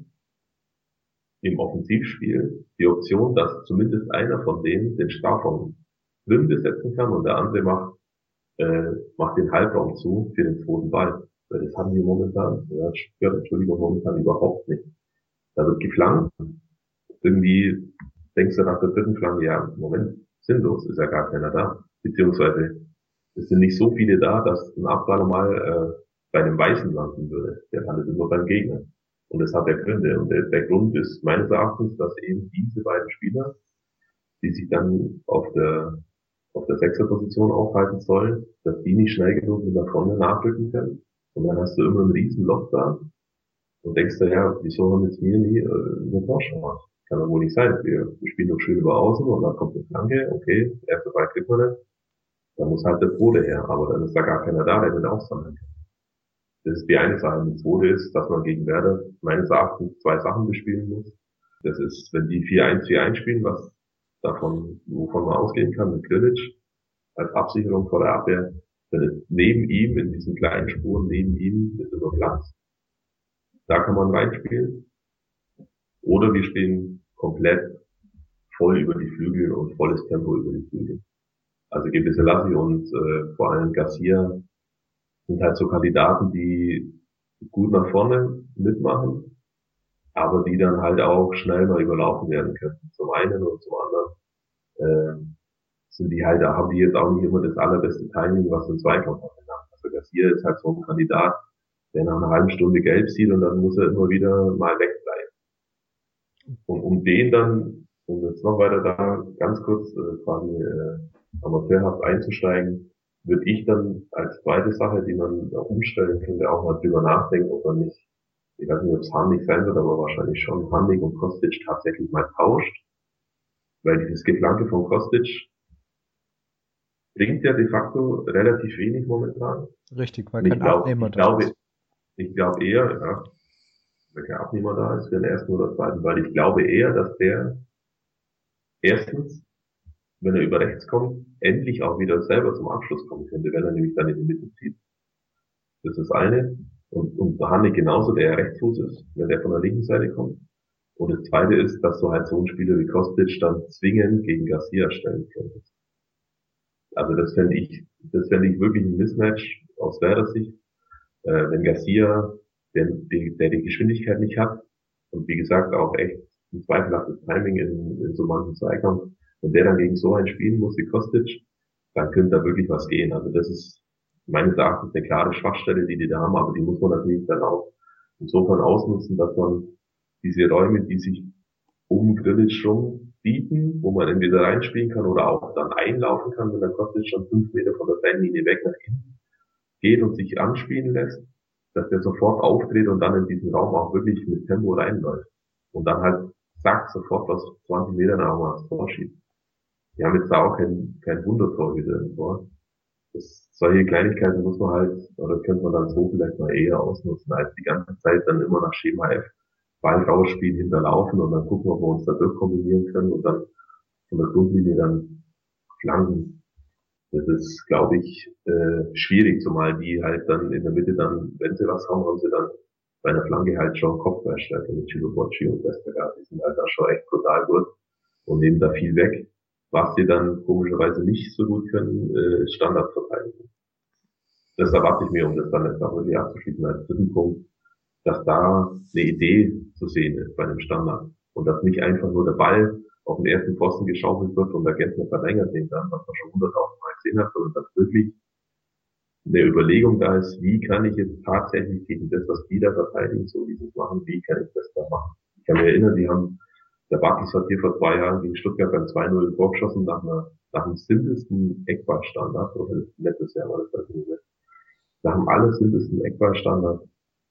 im Offensivspiel die Option, dass zumindest einer von denen den Strafraum drin besetzen kann und der andere macht, äh, macht den Halbraum zu für den zweiten Ball. Weil das haben die momentan, ja, Stuttgart, Entschuldigung, momentan überhaupt nicht. Da wird geflankt. Irgendwie denkst du nach der dritten Flanke, ja, Moment, sinnlos, ist ja gar keiner da. Beziehungsweise, es sind nicht so viele da, dass ein Abpraller mal äh, bei einem Weißen landen würde. Der landet immer beim Gegner. Und das hat ja Gründe. Und der, der Grund ist meines Erachtens, dass eben diese beiden Spieler, die sich dann auf der auf der Sechserposition aufhalten sollen, dass die nicht schnell genug mit nach vorne nachrücken können. Und dann hast du immer ein riesen Loch da und denkst dir, ja, wieso haben jetzt wir nie äh, eine Torschance gemacht? Kann doch wohl nicht sein. Wir, wir spielen doch schön über außen und dann kommt eine Flanke, okay, erste Ball kriegt man nicht. Dann muss halt der Bruder her, aber dann ist da gar keiner da, der den aufsammeln kann. Das ist die eine Sache. Die zweite ist, dass man gegen Werder meines Erachtens zwei Sachen bespielen muss. Das ist, wenn die vier eins vier eins spielen, was davon, wovon man ausgehen kann, mit Grilic als Absicherung vor der Abwehr, dann ist neben ihm, in diesen kleinen Spuren neben ihm, ist immer Platz. Da kann man reinspielen. Oder wir spielen komplett voll über die Flügel und volles Tempo über die Flügel. Also Gebisse Lassi und äh, vor allem Garcia sind halt so Kandidaten, die gut nach vorne mitmachen, aber die dann halt auch schnell mal überlaufen werden können. Zum einen und zum anderen äh, sind die halt, da haben die jetzt auch nicht immer das allerbeste Timing, was den Zweikampf anbelangt. Also Garcia ist halt so ein Kandidat, der nach einer halben Stunde gelb sieht und dann muss er immer wieder mal wegbleiben. Und um den dann, um jetzt noch weiter da ganz kurz äh, quasi äh, amateurhaft einzusteigen, würde ich dann als zweite Sache, die man da umstellen könnte, auch mal drüber nachdenken, ob man nicht, ich weiß nicht, ob es Handlich sein wird, aber wahrscheinlich schon Handlich und Kostic tatsächlich mal tauscht, weil dieses Geflanke von Kostic bringt ja de facto relativ wenig momentan. Richtig, weil kein glaub, Abnehmer da glaube, ist. Ich glaube eher, ja, weil kein Abnehmer da ist für den ersten oder zweiten, weil ich glaube eher, dass der erstens, wenn er über rechts kommt, endlich auch wieder selber zum Abschluss kommen könnte, wenn er nämlich dann in die Mitte zieht. Das ist das eine. Und, und Harnik genauso, der ja Rechtsfuß ist, wenn der von der linken Seite kommt. Und das zweite ist, dass du halt so einen Spieler wie Kostic dann zwingend gegen Garcia stellen könntest. Also das fände ich, das fände ich wirklich ein Mismatch aus Werder Sicht, äh, wenn Garcia, der, der die Geschwindigkeit nicht hat und wie gesagt auch echt ein zweifelhaftes Timing in, in so manchen Zweikampf, wenn der dann gegen so einen spielen muss wie Kostic, dann könnte da wirklich was gehen. Also das ist meines Erachtens eine klare Schwachstelle, die die da haben, aber die muss man natürlich dann auch insofern ausnutzen, dass man diese Räume, die sich um Grillitsch rum bieten, wo man entweder reinspielen kann oder auch dann einlaufen kann, wenn der Kostic schon fünf Meter von der Seitenlinie weg nach hinten geht und sich anspielen lässt, dass der sofort aufdreht und dann in diesen Raum auch wirklich mit Tempo reinläuft. Und dann halt, zack, sofort aus zwanzig Metern auch mal ins Tor schießt. Wir haben jetzt da auch kein, kein Wundertorhüter im Tor. Das, solche Kleinigkeiten muss man halt, oder könnte man dann so vielleicht mal eher ausnutzen, als die ganze Zeit dann immer nach Schema F Ball rausspielen, hinterlaufen und dann gucken, ob wir uns da durchkombinieren können und dann von der Grundlinie dann flanken. Das ist, glaube ich, äh, schwierig, zumal die halt dann in der Mitte dann, wenn sie was haben, haben sie dann bei einer Flanke halt schon Kopfballstärke mit Chilo Bocci und Westergaard. Die sind halt da schon echt brutal gut und nehmen da viel weg. Was sie dann komischerweise nicht so gut können, äh, ist Standardverteidigung. Das erwarte ich mir, um das dann jetzt auch wirklich abzuschließen als dritten Punkt, dass da eine Idee zu sehen ist bei einem Standard. Und dass nicht einfach nur der Ball auf den ersten Pfosten geschaufelt wird und der Gärtner verlängert den dann, was man schon hunderttausend Mal gesehen hat, sondern dass wirklich eine Überlegung da ist, wie kann ich jetzt tatsächlich gegen das, was die da verteidigen, so wie sie es machen, wie kann ich das da machen? Ich kann mich erinnern, die haben, der Bartels hat hier vor zwei Jahren gegen Stuttgart beim zwei null vorgeschossen nach einer, nach dem simpelsten Eckballstandard, oder letztes Jahr war das halt nicht mehr. Nach dem allersimpelsten Eckballstandard.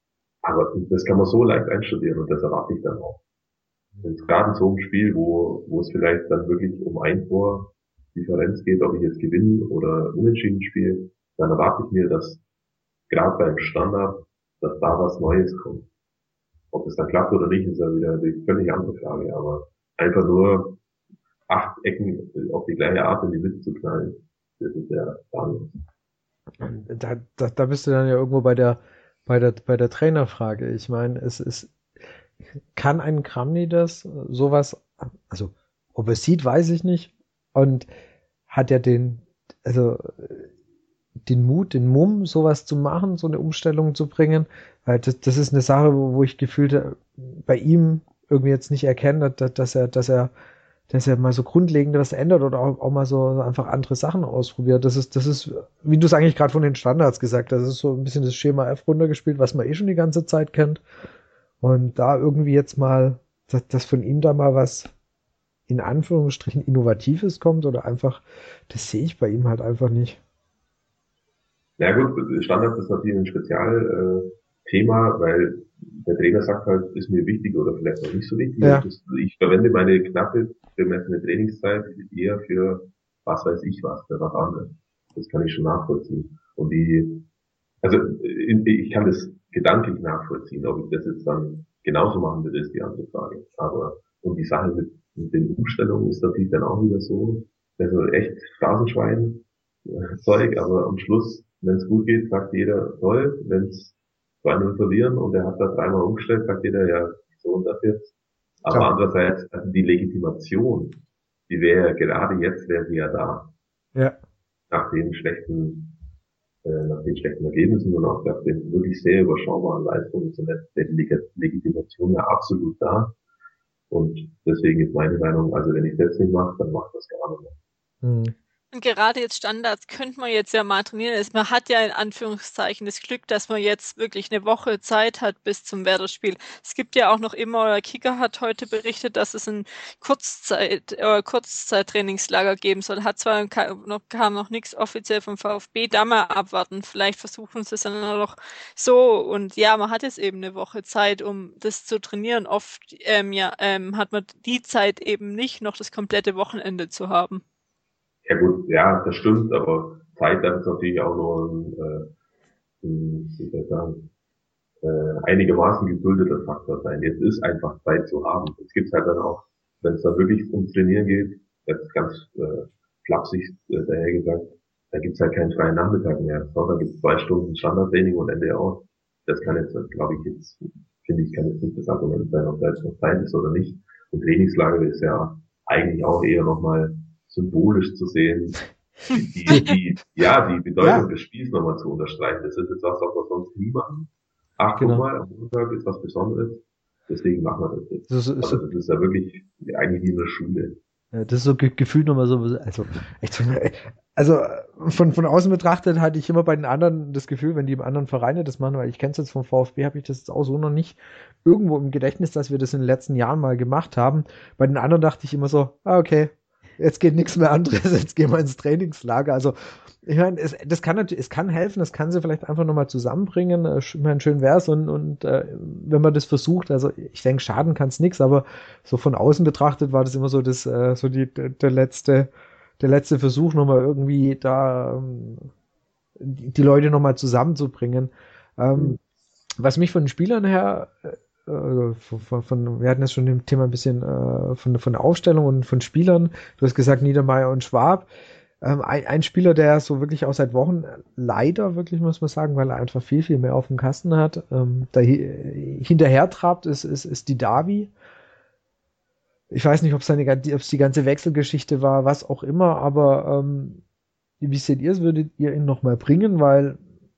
Aber das kann man so leicht einstudieren und das erwarte ich dann auch. Und gerade in so einem Spiel, wo, wo es vielleicht dann wirklich um ein Tor Differenz geht, ob ich jetzt gewinne oder unentschieden spiele, dann erwarte ich mir, dass gerade beim Standard, dass da was Neues kommt. Ob es dann klappt oder nicht, ist ja wieder eine völlig andere Frage, aber einfach nur acht Ecken auf die gleiche Art in die Mitte zu knallen, das ist ja spannend. Da, da, da bist du dann ja irgendwo bei der bei der bei der Trainerfrage. Ich meine, es ist kann ein Kramny das sowas, also ob er sieht, weiß ich nicht, und hat er den also den Mut, den Mumm, sowas zu machen, so eine Umstellung zu bringen, weil das, das ist eine Sache, wo, wo ich gefühlt bei ihm irgendwie jetzt nicht erkenne, dass, dass er dass er dass er mal so grundlegend was ändert oder auch, auch mal so einfach andere Sachen ausprobiert. Das ist, das ist, wie du es eigentlich gerade von den Standards gesagt hast, das ist so ein bisschen das Schema F runtergespielt, was man eh schon die ganze Zeit kennt. Und da irgendwie jetzt mal, dass, dass von ihm da mal was in Anführungsstrichen Innovatives kommt oder einfach, das sehe ich bei ihm halt einfach nicht. Ja gut, Standards ist natürlich ein Spezialthema, äh, weil der Trainer sagt halt, ist mir wichtig oder vielleicht auch nicht so wichtig. Ja. Das, ich verwende meine knappe bemessene Trainingszeit eher für was weiß ich was, für was anderes. Das kann ich schon nachvollziehen. Und die, also ich kann das gedanklich nachvollziehen, ob ich das jetzt dann genauso machen würde, ist die andere Frage. Aber und die Sache mit, mit den Umstellungen ist natürlich dann auch wieder so, also echt Phrasenschwein-Zeug, aber am Schluss, wenn es gut geht, sagt jeder toll, wenn es zwei null verlieren und er hat da dreimal umgestellt, sagt jeder, ja, so und das jetzt. Aber ja. Andererseits, also die Legitimation, die wäre ja gerade jetzt, wäre sie ja da. Ja. Nach den schlechten, äh, nach den schlechten Ergebnissen und auch nach den wirklich sehr überschaubaren Leistungen ist die Legitimation ja absolut da. Und deswegen ist meine Meinung, also wenn ich das nicht mache, dann macht das gar nicht mehr. Hm. Und gerade jetzt Standards könnte man jetzt ja mal trainieren. Man hat ja in Anführungszeichen das Glück, dass man jetzt wirklich eine Woche Zeit hat bis zum Werder-Spiel. Es gibt ja auch noch immer, der Kicker hat heute berichtet, dass es ein Kurzzeit, äh, Kurzzeittrainingslager geben soll. Hat zwar noch, kam noch nichts offiziell vom VfB, da mal abwarten. Vielleicht versuchen sie es dann noch so. Und ja, man hat jetzt eben eine Woche Zeit, um das zu trainieren. Oft ähm, ja, ähm, hat man die Zeit eben nicht, noch das komplette Wochenende zu haben. Ja gut, ja, das stimmt, aber Zeit, das ist natürlich auch nur ein, äh, ein wie soll ich sagen, äh, einigermaßen geduldeter Faktor sein. Jetzt ist einfach Zeit zu haben. Jetzt gibt's halt dann auch, wenn es dann wirklich ums Trainieren geht, jetzt ganz äh, flapsig äh, daher gesagt, da gibt's halt keinen freien Nachmittag mehr. Sondern gibt's zwei Stunden Standardtraining und Ende aus. das kann jetzt, glaube ich, jetzt, finde ich, kann jetzt nicht das Argument sein, ob da jetzt noch Zeit ist oder nicht. Und Trainingslager ist ja eigentlich auch eher nochmal symbolisch zu sehen, die, die, die, ja, die Bedeutung Ja. des Spiels nochmal zu unterstreichen. Das ist jetzt was, was wir sonst nie machen. Ach, guck Genau. mal, am Montag ist was Besonderes. Deswegen machen wir das jetzt. So, so, Also so, das ist ja wirklich eigentlich wie in der Schule. ja, das ist so ge gefühlt nochmal so, also, echt, so, also von, von außen betrachtet hatte ich immer bei den anderen das Gefühl, wenn die im anderen Vereine das machen, weil ich kenne es jetzt vom VfB, habe ich das jetzt auch so noch nicht irgendwo im Gedächtnis, dass wir das in den letzten Jahren mal gemacht haben. Bei den anderen dachte ich immer so, ah, okay, jetzt geht nichts mehr anderes, jetzt gehen wir ins Trainingslager. Also, ich meine, es, das kann natürlich, es kann helfen, das kann sie vielleicht einfach nochmal zusammenbringen. Äh, Ich meine, schön wär's und, und äh, wenn man das versucht, also ich denke, schaden kann es nichts, aber so von außen betrachtet war das immer so das, äh, so die, der, der letzte, der letzte Versuch, nochmal irgendwie da ähm, die, die Leute nochmal zusammenzubringen. Ähm, Mhm. Was mich von den Spielern her äh, von, von, von, wir hatten jetzt schon im Thema ein bisschen äh, von, von der Aufstellung und von Spielern. Du hast gesagt Niedermeyer und Schwab. Ähm, ein, ein Spieler, der so wirklich auch seit Wochen leider wirklich, muss man sagen, weil er einfach viel, viel mehr auf dem Kasten hat, ähm, da hi- hinterher trabt, ist, ist, ist die Davi. Ich weiß nicht, ob es eine, ob es die ganze Wechselgeschichte war, was auch immer, aber ähm, wie seht ihr es? Würdet ihr ihn nochmal bringen? Weil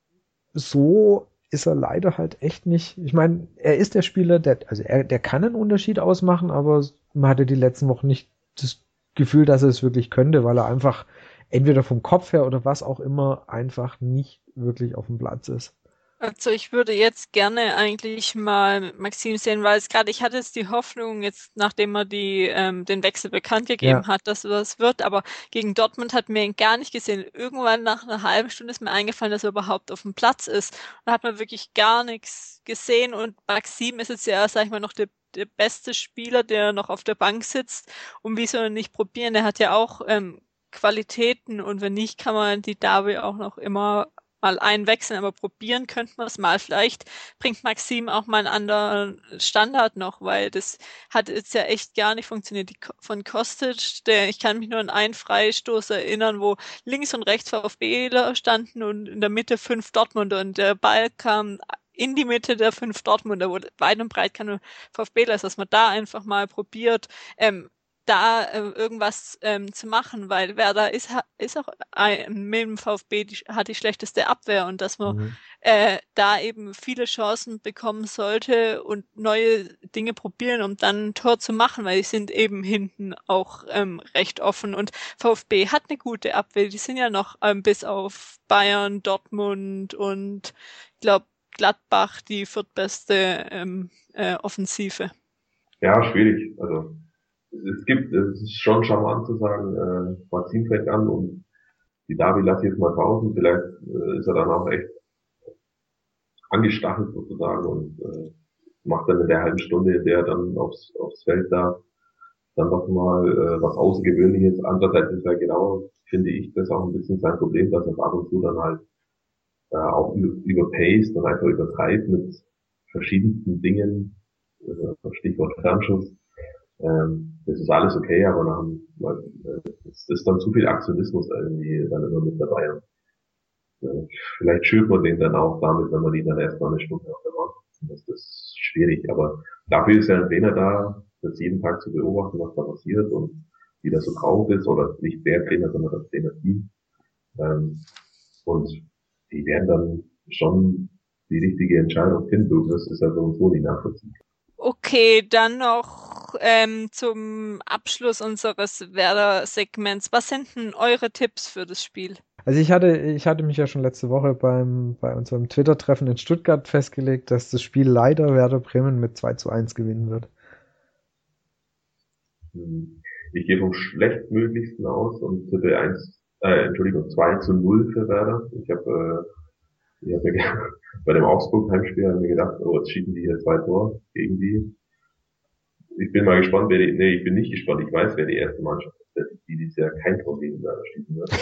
so ist er leider halt echt nicht. Ich meine, er ist der Spieler, der, also er, der kann einen Unterschied ausmachen, aber man hatte die letzten Wochen nicht das Gefühl, dass er es wirklich könnte, weil er einfach entweder vom Kopf her oder was auch immer einfach nicht wirklich auf dem Platz ist. Also ich würde jetzt gerne eigentlich mal mit Maxim sehen, weil es gerade, ich hatte jetzt die Hoffnung, jetzt nachdem er die, ähm, den Wechsel bekannt gegeben Ja. hat, dass das wird, aber gegen Dortmund hat mir ihn gar nicht gesehen. Irgendwann nach einer halben Stunde ist mir eingefallen, dass er überhaupt auf dem Platz ist. Da hat man wirklich gar nichts gesehen und Maxim ist jetzt ja, sag ich mal, noch der, der beste Spieler, der noch auf der Bank sitzt. Und wie soll er nicht probieren? Der hat ja auch ähm, Qualitäten und wenn nicht, kann man die Davi auch noch immer mal einwechseln, aber probieren könnte man es mal. Vielleicht bringt Maxim auch mal einen anderen Standard noch, weil das hat jetzt ja echt gar nicht funktioniert. Die Ko- von Kostic, der, ich kann mich nur an einen Freistoß erinnern, wo links und rechts VfBler standen und in der Mitte fünf Dortmunder und der Ball kam in die Mitte der fünf Dortmunder, wo weit und breit keine VfBler ist, dass man da einfach mal probiert, ähm, da äh, irgendwas ähm, zu machen, weil Werder ist, ha- ist auch ein, mit dem VfB die, hat die schlechteste Abwehr und dass man Mhm. äh, da eben viele Chancen bekommen sollte und neue Dinge probieren, um dann ein Tor zu machen, weil die sind eben hinten auch ähm, recht offen und VfB hat eine gute Abwehr, die sind ja noch ähm, bis auf Bayern, Dortmund und ich glaube Gladbach die viertbeste ähm, äh, Offensive. Ja, schwierig. Also es gibt, es ist schon charmant zu sagen, äh, Maxim fängt an und die Davi lasse ich jetzt mal draußen. Vielleicht äh, ist er dann auch echt angestachelt sozusagen und äh, macht dann in der halben Stunde, in der er dann aufs, aufs Feld da dann doch mal äh, was Außergewöhnliches. Andererseits ist ja genau, finde ich, das auch ein bisschen sein Problem, dass er ab und zu dann halt äh, auch über- überpaced und einfach übertreibt mit verschiedensten Dingen, äh, Stichwort Fernschuss. Ähm, das ist alles okay, aber nach dem, äh, es ist dann zu viel Aktionismus irgendwie dann immer mit dabei. Und, äh, vielleicht schürt man den dann auch damit, wenn man ihn dann erstmal eine Stunde auf der Bank sitzt. Das ist schwierig, aber dafür ist ja ein Trainer da, das jeden Tag zu beobachten, was da passiert und wie das so drauf ist, oder nicht der Trainer, sondern das Trainerteam. Ähm, und die werden dann schon die richtige Entscheidung finden. Das ist ja so und so nicht nachvollziehbar. Okay, dann noch ähm, zum Abschluss unseres Werder-Segments. Was sind denn eure Tipps für das Spiel? Also ich hatte, ich hatte mich ja schon letzte Woche beim, bei unserem Twitter-Treffen in Stuttgart festgelegt, dass das Spiel leider Werder Bremen mit zwei zu eins gewinnen wird. Hm. Ich gehe vom schlechtmöglichsten aus und tippe eins, äh, Entschuldigung, zwei zu null für Werder. Ich habe äh, ich hab mir ge- bei dem Augsburg-Heimspiel hab ich mir gedacht, oh, jetzt schießen die hier zwei Tore gegen die. Ich bin mal gespannt, wer die, nee, ich bin nicht gespannt, ich weiß, wer die erste Mannschaft ist, die dieses Jahr kein Tor gegen Werder schießen wird.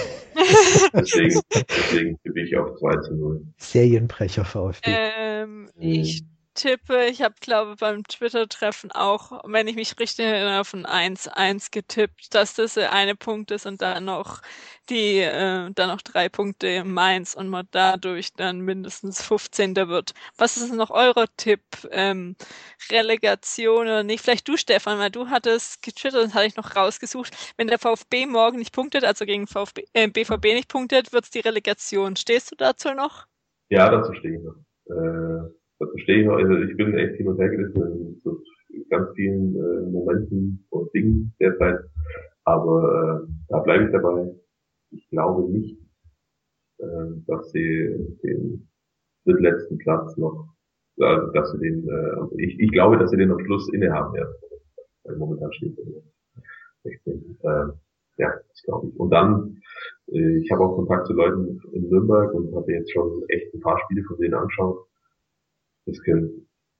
Deswegen, deswegen tippe ich auf zwei zu null. Serienbrecher VfB. ähm, ich tippe, ich habe, glaube beim Twitter-Treffen auch, wenn ich mich richtig erinnere, auf ein eins eins getippt, dass das der eine Punkt ist und dann noch die, äh, dann noch drei Punkte Mainz und man dadurch dann mindestens fünfzehnter wird. Was ist noch euer Tipp? Ähm, Relegation oder nicht? Vielleicht du, Stefan, weil du hattest getwittert, das hatte ich noch rausgesucht. Wenn der VfB morgen nicht punktet, also gegen VfB, äh, B V B nicht punktet, wird's die Relegation. Stehst du dazu noch? Ja, dazu stehe ich noch. Äh, dazu stehe ich noch. Also ich bin echt hin und her gerissen in so ganz vielen äh, Momenten und Dingen derzeit. Aber äh, da bleibe ich dabei. Ich glaube nicht, äh, dass sie den drittletzten Platz noch, also dass sie den, äh, also ich, ich glaube, dass sie den am Schluss innehaben werden. Weil momentan steht er sechzehn. Äh, ja, das glaube ich. Und dann, äh, ich habe auch Kontakt zu Leuten in Nürnberg und habe jetzt schon echt ein paar Spiele von denen angeschaut. Das könnte,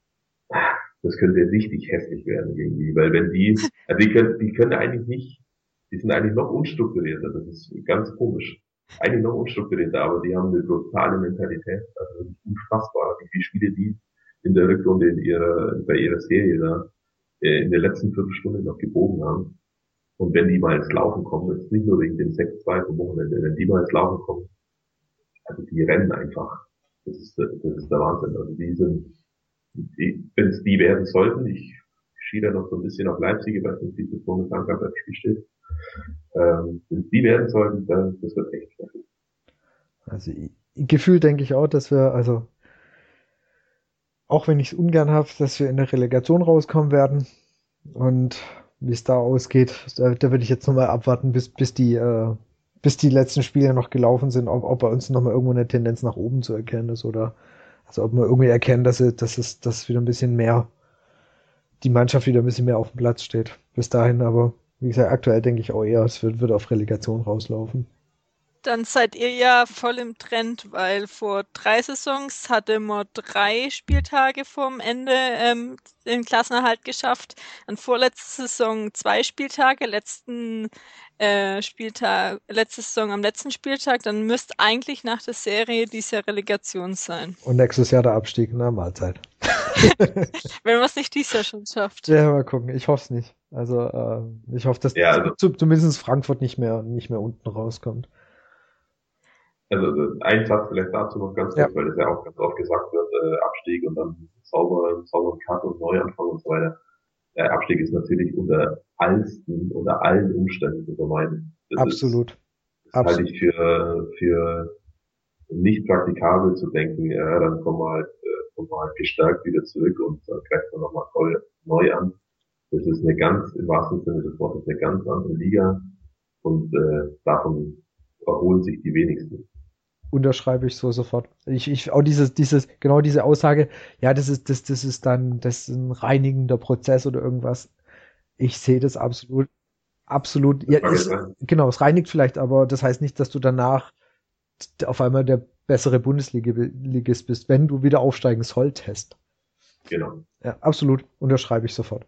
das könnte richtig hässlich werden irgendwie, weil wenn die, also die können, die können eigentlich nicht, die sind eigentlich noch unstrukturierter, das ist ganz komisch. Eigentlich noch unstrukturierter, aber die haben eine brutale Mentalität, also wirklich unfassbar, wie viele Spiele die in der Rückrunde in ihrer, bei ihrer Serie da, äh, in der letzten Viertelstunde noch gebogen haben. Und wenn die mal ins Laufen kommen, jetzt nicht nur wegen dem sechs zwei vom Wochenende, wenn die mal ins Laufen kommen, also die rennen einfach. Das ist, das ist der Wahnsinn. Also die sind, wenn es die werden sollten, ich schiebe noch so ein bisschen auf Leipzig, ich weiß nicht, wie das momentan gerade beim Spiel steht. Ähm, wenn es die werden sollten, dann, das wird echt schwer. Also Gefühl denke ich auch, dass wir, also auch wenn ich es ungern habe, dass wir in der Relegation rauskommen werden. Und wie es da ausgeht, da, da würde ich jetzt nochmal abwarten, bis, bis die, äh, bis die letzten Spiele noch gelaufen sind, ob, ob bei uns nochmal irgendwo eine Tendenz nach oben zu erkennen ist oder also ob wir irgendwie erkennen, dass, sie, dass es dass wieder ein bisschen mehr, die Mannschaft wieder ein bisschen mehr auf dem Platz steht. Bis dahin aber, wie gesagt, aktuell denke ich auch eher, es wird, wird auf Relegation rauslaufen. Dann seid ihr ja voll im Trend, weil vor drei Saisons hatte man drei Spieltage vorm Ende ähm, den Klassenerhalt geschafft. Dann vorletzte Saison zwei Spieltage, letzten äh, Spieltag, letzte Saison am letzten Spieltag. Dann müsste eigentlich nach der Serie diese Relegation sein. Und nächstes Jahr der Abstieg, na, Mahlzeit. Wenn man es nicht dieses Jahr schon schafft. Ja, mal gucken. Ich hoffe es nicht. Also, äh, ich hoffe, dass Ja, also, zu, zumindest Frankfurt nicht mehr, nicht mehr unten rauskommt. also ein Satz vielleicht dazu noch ganz Ja. kurz, weil das ja auch ganz oft gesagt wird, äh, Abstieg und dann sauber, sauber Cut und Neuanfang und so weiter. Der Abstieg ist natürlich unter allsten, unter allen Umständen zu vermeiden. Das Absolut. Ist, das Absolut. halte ich für, für nicht praktikabel zu denken, ja, dann kommen wir halt, äh, kommen wir halt gestärkt wieder zurück und dann greift man nochmal neu, neu an. Das ist eine ganz, im wahrsten Sinne des Wortes, eine ganz andere Liga und äh, davon erholen sich die wenigsten. Unterschreibe ich so sofort. Ich, ich, auch dieses, dieses, genau diese Aussage, ja, das ist, das, das ist dann, das ist ein reinigender Prozess oder irgendwas. Ich sehe das absolut, absolut, ja, ist, genau, es reinigt vielleicht, aber das heißt nicht, dass du danach auf einmal der bessere Bundesligist bist, wenn du wieder aufsteigen solltest. Genau. Ja, absolut, unterschreibe ich sofort.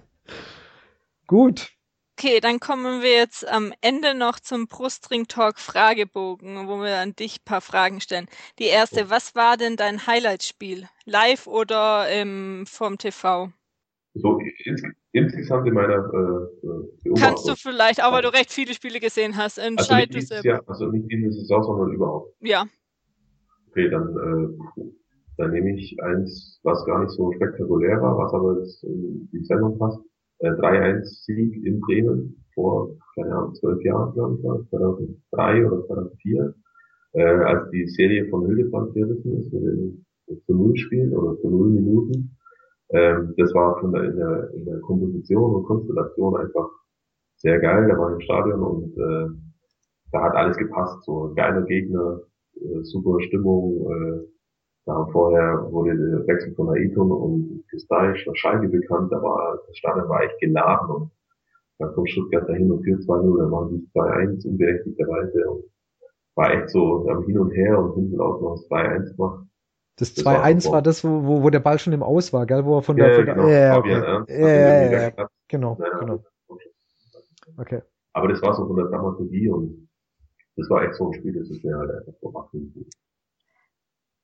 Gut. Okay, dann kommen wir jetzt am Ende noch zum Brustring-Talk-Fragebogen, wo wir an dich ein paar Fragen stellen. Die erste, was war denn dein Highlight-Spiel? Live oder ähm, vom T V? So ins, insgesamt in meiner äh, Beobachtung. Kannst du vielleicht, auch weil du recht viele Spiele gesehen hast, entscheid also du selber. Jahr, also nicht diese Saison, sondern überhaupt. Ja. Okay, dann, äh, dann nehme ich eins, was gar nicht so spektakulär war, was aber jetzt in die Sendung passt. Äh, drei eins Sieg in Bremen vor, keine Ahnung, zwölf Jahren, glaube ich, war es, zweitausenddrei oder zweitausendvier, äh, als die Serie von Hildebrand gerissen ist, mit den zu Null Spielen oder zu Null Minuten. Ähm, das war von der, in der, in der Komposition und Konstellation einfach sehr geil. Da war ich im Stadion und äh, da hat alles gepasst. So ein geiler Gegner, äh, super Stimmung. Äh, da vorher wurde der Wechsel von Aiton und Kistaisch nach Schalke bekannt. Da war das Stadion war echt geladen und dann kommt Stuttgart dahin und führt zwei null. Da waren sie zwei eins unberechtigterweise und war echt so am Hin und Her und hinten auch noch das zwei eins gemacht. Das zwei eins war, war das, wo, wo, wo der Ball schon im Aus war, gell? Wo er von der, ja, von genau. der, ja, okay. ja, ja, ja, ja, ja, genau, ja, genau. Okay. Aber das war so von der Dramaturgie und das war echt so ein Spiel, das ist mir halt einfach so machen.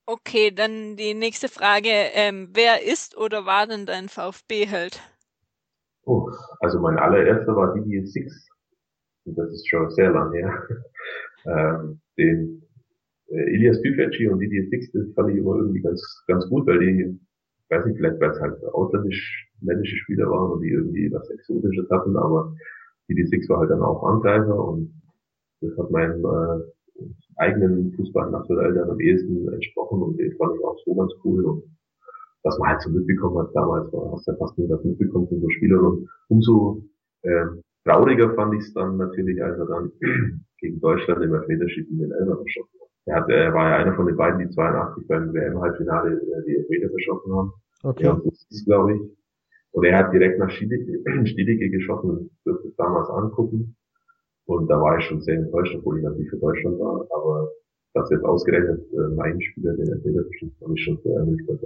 Okay, dann die nächste Frage. Ähm, wer ist oder war denn dein VfB-Held? Oh, also mein allererster war Didier Six. Und das ist schon sehr lange her. Ähm, den äh, Ilias Büfecci und Didier Six, das fand ich immer irgendwie ganz, ganz gut, weil die, ich weiß nicht, vielleicht weil es halt ausländisch-ländische Spieler waren und die irgendwie was Exotisches hatten, aber Didier Six war halt dann auch Angreifer und das hat meinem äh, eigenen Fußball aktuell dann am ehesten entsprochen und den fand ich auch so ganz cool und was man halt so mitbekommen hat damals, war, hast ja fast nur das mitbekommen von so Spielern und umso ähm, trauriger fand ich es dann natürlich, als er dann gegen Deutschland im Elfmeterschießen den Elfer verschossen hat. Er, hat, er war ja einer von den beiden, die zweiundachtzig beim W M-Halbfinale äh, die Elfmeter verschossen haben. Okay. Ja, und das ist, glaube ich. Und er hat direkt nach Stielicke geschossen und durfte es damals angucken. Und da war ich schon sehr enttäuscht, obwohl ich natürlich für Deutschland war. Aber dass jetzt ausgerechnet äh, mein Spieler den Elfmeter verschießt, fand ich schon sehr ernüchternd.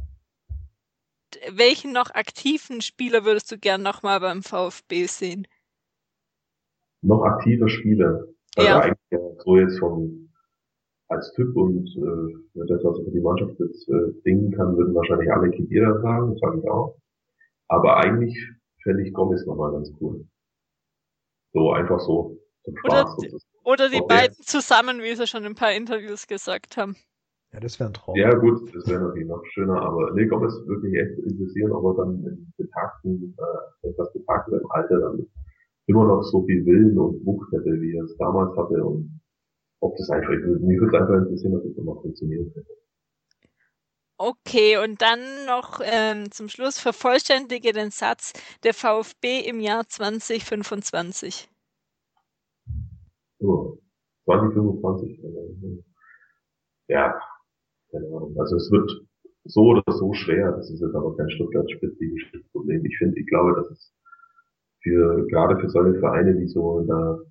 Welchen noch aktiven Spieler würdest du gern nochmal beim VfB sehen? Noch aktiver Spieler. Also Ja. eigentlich ja so jetzt vom als Typ und äh, das, was er für die Mannschaft jetzt äh, bringen kann, würden wahrscheinlich alle Khedira sagen, das sage ich auch. Aber eigentlich fände ich Gomez nochmal ganz cool. So einfach so zum Oder, Spaß. sozusagen. oder die Okay. beiden zusammen, wie sie schon in ein paar Interviews gesagt haben. Ja, das wäre ein Traum. Ja gut, das wäre natürlich noch schöner, aber nee, Gomez wirklich echt interessieren, ob er dann im betagten, äh, etwas betagten Alter dann immer noch so viel Willen und Wucht hätte, wie er es damals hatte und ob das einfach, mich würde es einfach interessieren, ob das nochmal funktionieren könnte. Okay, und dann noch ähm, zum Schluss vervollständige den Satz, der VfB im Jahr zwanzig fünfundzwanzig. Oh, zwanzig fünfundzwanzig. Ja, keine Ahnung. Also es wird so oder so schwer. Das ist jetzt aber kein Stuttgart-spezifisches Problem. Ich finde, ich glaube, dass es für, gerade für solche Vereine, die so in der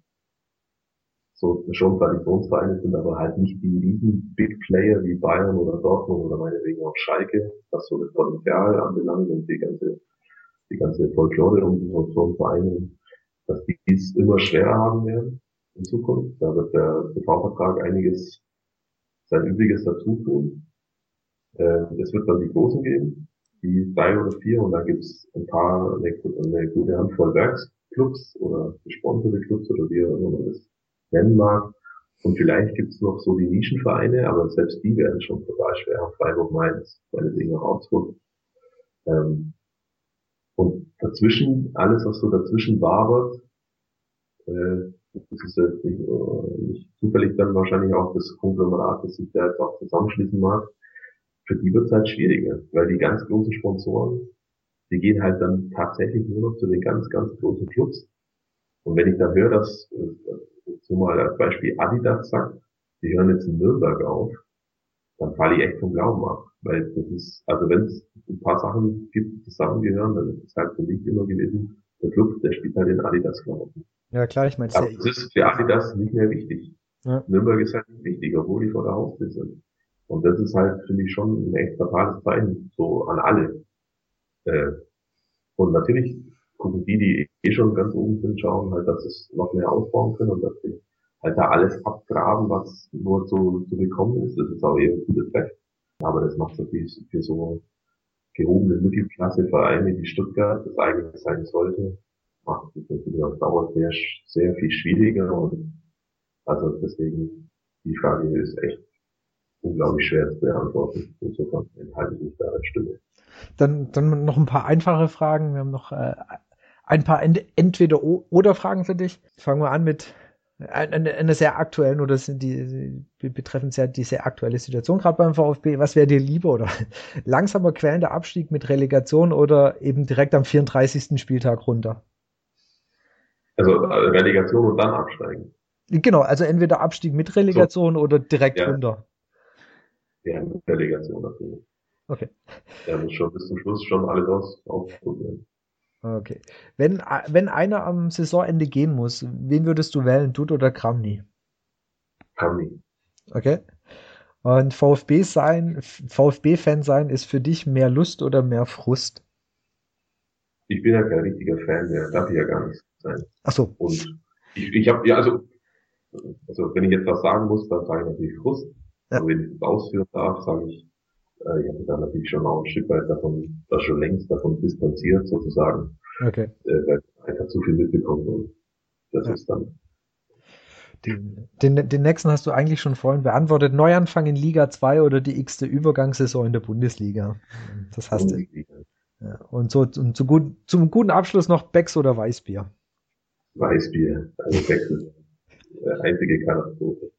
so schon Traditionsvereine sind, aber halt nicht die riesen Big Player wie Bayern oder Dortmund oder meinetwegen auch Schalke, was so das Potenzial anbelangt und die ganze, die ganze Folklore um so einen Verein, dass die es immer schwerer haben werden in Zukunft. Da wird der T V-Vertrag einiges sein Übriges dazu tun. Äh, es wird dann die Großen geben, die drei oder vier, und da gibt's ein paar, eine, eine gute Handvoll Werksclubs oder gesponserte Clubs oder wie auch immer man das nennen mag. Und vielleicht gibt's noch so die Nischenvereine, aber selbst die werden schon total schwer. Freiburg, Mainz, meinetwegen auch Augsburg. Ähm, und dazwischen, alles was so dazwischen wabert, äh, das ist jetzt nicht, äh, nicht zufällig dann wahrscheinlich auch das Konglomerat, das sich da jetzt auch zusammenschließen mag. Für die wird es halt schwieriger, weil die ganz großen Sponsoren, die gehen halt dann tatsächlich nur noch zu den ganz, ganz großen Clubs. Und wenn ich dann höre, dass, äh, so mal als Beispiel Adidas sagt, die hören jetzt in Nürnberg auf, dann falle ich echt vom Glauben ab. Weil das ist, also wenn es ein paar Sachen gibt, die zusammengehören, dann ist es halt für mich immer gewesen, der Club, der spielt halt den Adidas-Klamotten. Ja, klar, ich meine, Aber das ist für Adidas nicht mehr wichtig. Ja. Nürnberg ist halt nicht wichtig, obwohl die vor der Haustür sind. Und das ist halt, finde ich, schon ein echt fatales Zeichen, so an alle. Äh, und natürlich gucken die, die eh schon ganz oben sind, schauen halt, dass sie es noch mehr ausbauen können und dass sie halt da alles abgraben, was nur zu, zu bekommen ist. Das ist auch eher ein gutes Recht. Aber das macht natürlich für so gehobene Mittelklasse-Vereine wie Stuttgart, das eigentlich sein sollte, macht es natürlich auf Dauer sehr, sehr viel schwieriger. Und also deswegen, die Frage ist echt unglaublich schwer zu beantworten. Insofern enthalte ich mich da als Stimme. Dann, dann noch ein paar einfache Fragen. Wir haben noch äh, ein paar Ent Entweder-Oder-Fragen für dich. Fangen wir an mit einer eine sehr aktuellen, oder sind die, die betreffen sehr die sehr aktuelle Situation gerade beim VfB. Was wäre dir lieber, oder langsamer quälender Abstieg mit Relegation oder eben direkt am vierunddreißigsten Spieltag runter? Also Relegation und dann absteigen. Genau, also entweder Abstieg mit Relegation so. Oder direkt ja. runter. Ja, mit Relegation natürlich. Okay. Der muss schon bis zum Schluss schon alles aus ausprobieren. Okay. Wenn, wenn einer am Saisonende gehen muss, wen würdest du wählen, Dutt oder Kramny? Kramny. Okay. Und VfB sein, VfB-Fan sein ist für dich mehr Lust oder mehr Frust? Ich bin ja kein richtiger Fan mehr, darf ich ja gar nicht sein. Ach so. Und ich, ich habe ja also, also wenn ich jetzt was sagen muss, dann sage ich natürlich Frust. ja. Aber wenn ich das ausführen darf, sage ich, äh, ich habe mich da natürlich schon auch ein Stück weit davon, da schon längst davon distanziert sozusagen, okay. äh, weil ich einfach zu viel mitbekommen und das ja. ist dann. Den, den, den nächsten hast du eigentlich schon vorhin beantwortet. Neuanfang in Liga zwei oder die x-te Übergangssaison in der Bundesliga? Das hast du. Ja. Und so und zu gut, zum guten Abschluss noch Becks oder Weißbier? Weißbier, also Becks ist äh, einzige Katastrophe.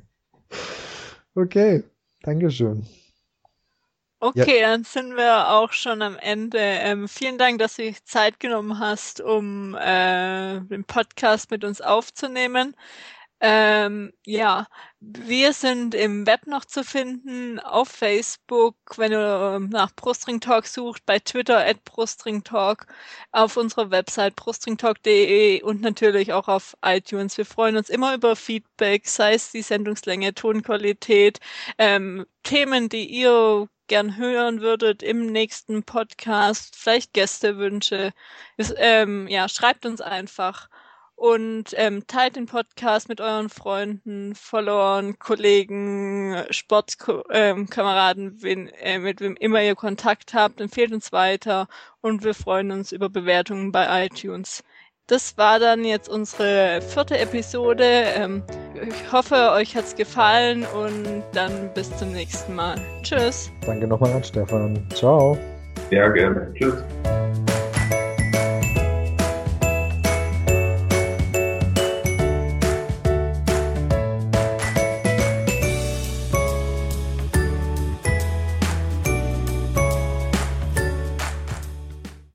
Okay, Dankeschön. Okay, ja. Dann sind wir auch schon am Ende. Ähm, vielen Dank, dass du dir Zeit genommen hast, um äh, den Podcast mit uns aufzunehmen. Ähm, ja, wir sind im Web noch zu finden, auf Facebook, wenn du nach Brustring Talk sucht, bei Twitter at Brustring Talk, auf unserer Website brustringtalk punkt de und natürlich auch auf iTunes. Wir freuen uns immer über Feedback, sei es die Sendungslänge, Tonqualität, ähm, Themen, die ihr gern hören würdet im nächsten Podcast, vielleicht Gästewünsche. Ist, ähm, ja, schreibt uns einfach. Und ähm, teilt den Podcast mit euren Freunden, Followern, Kollegen, Sportkameraden, ähm, äh, mit wem immer ihr Kontakt habt. Empfehlt uns weiter und wir freuen uns über Bewertungen bei iTunes. Das war dann jetzt unsere vierte Episode. Ähm, ich hoffe, euch hat's gefallen und dann bis zum nächsten Mal. Tschüss. Danke nochmal an Stefan. Ciao. Ja, gerne. Tschüss.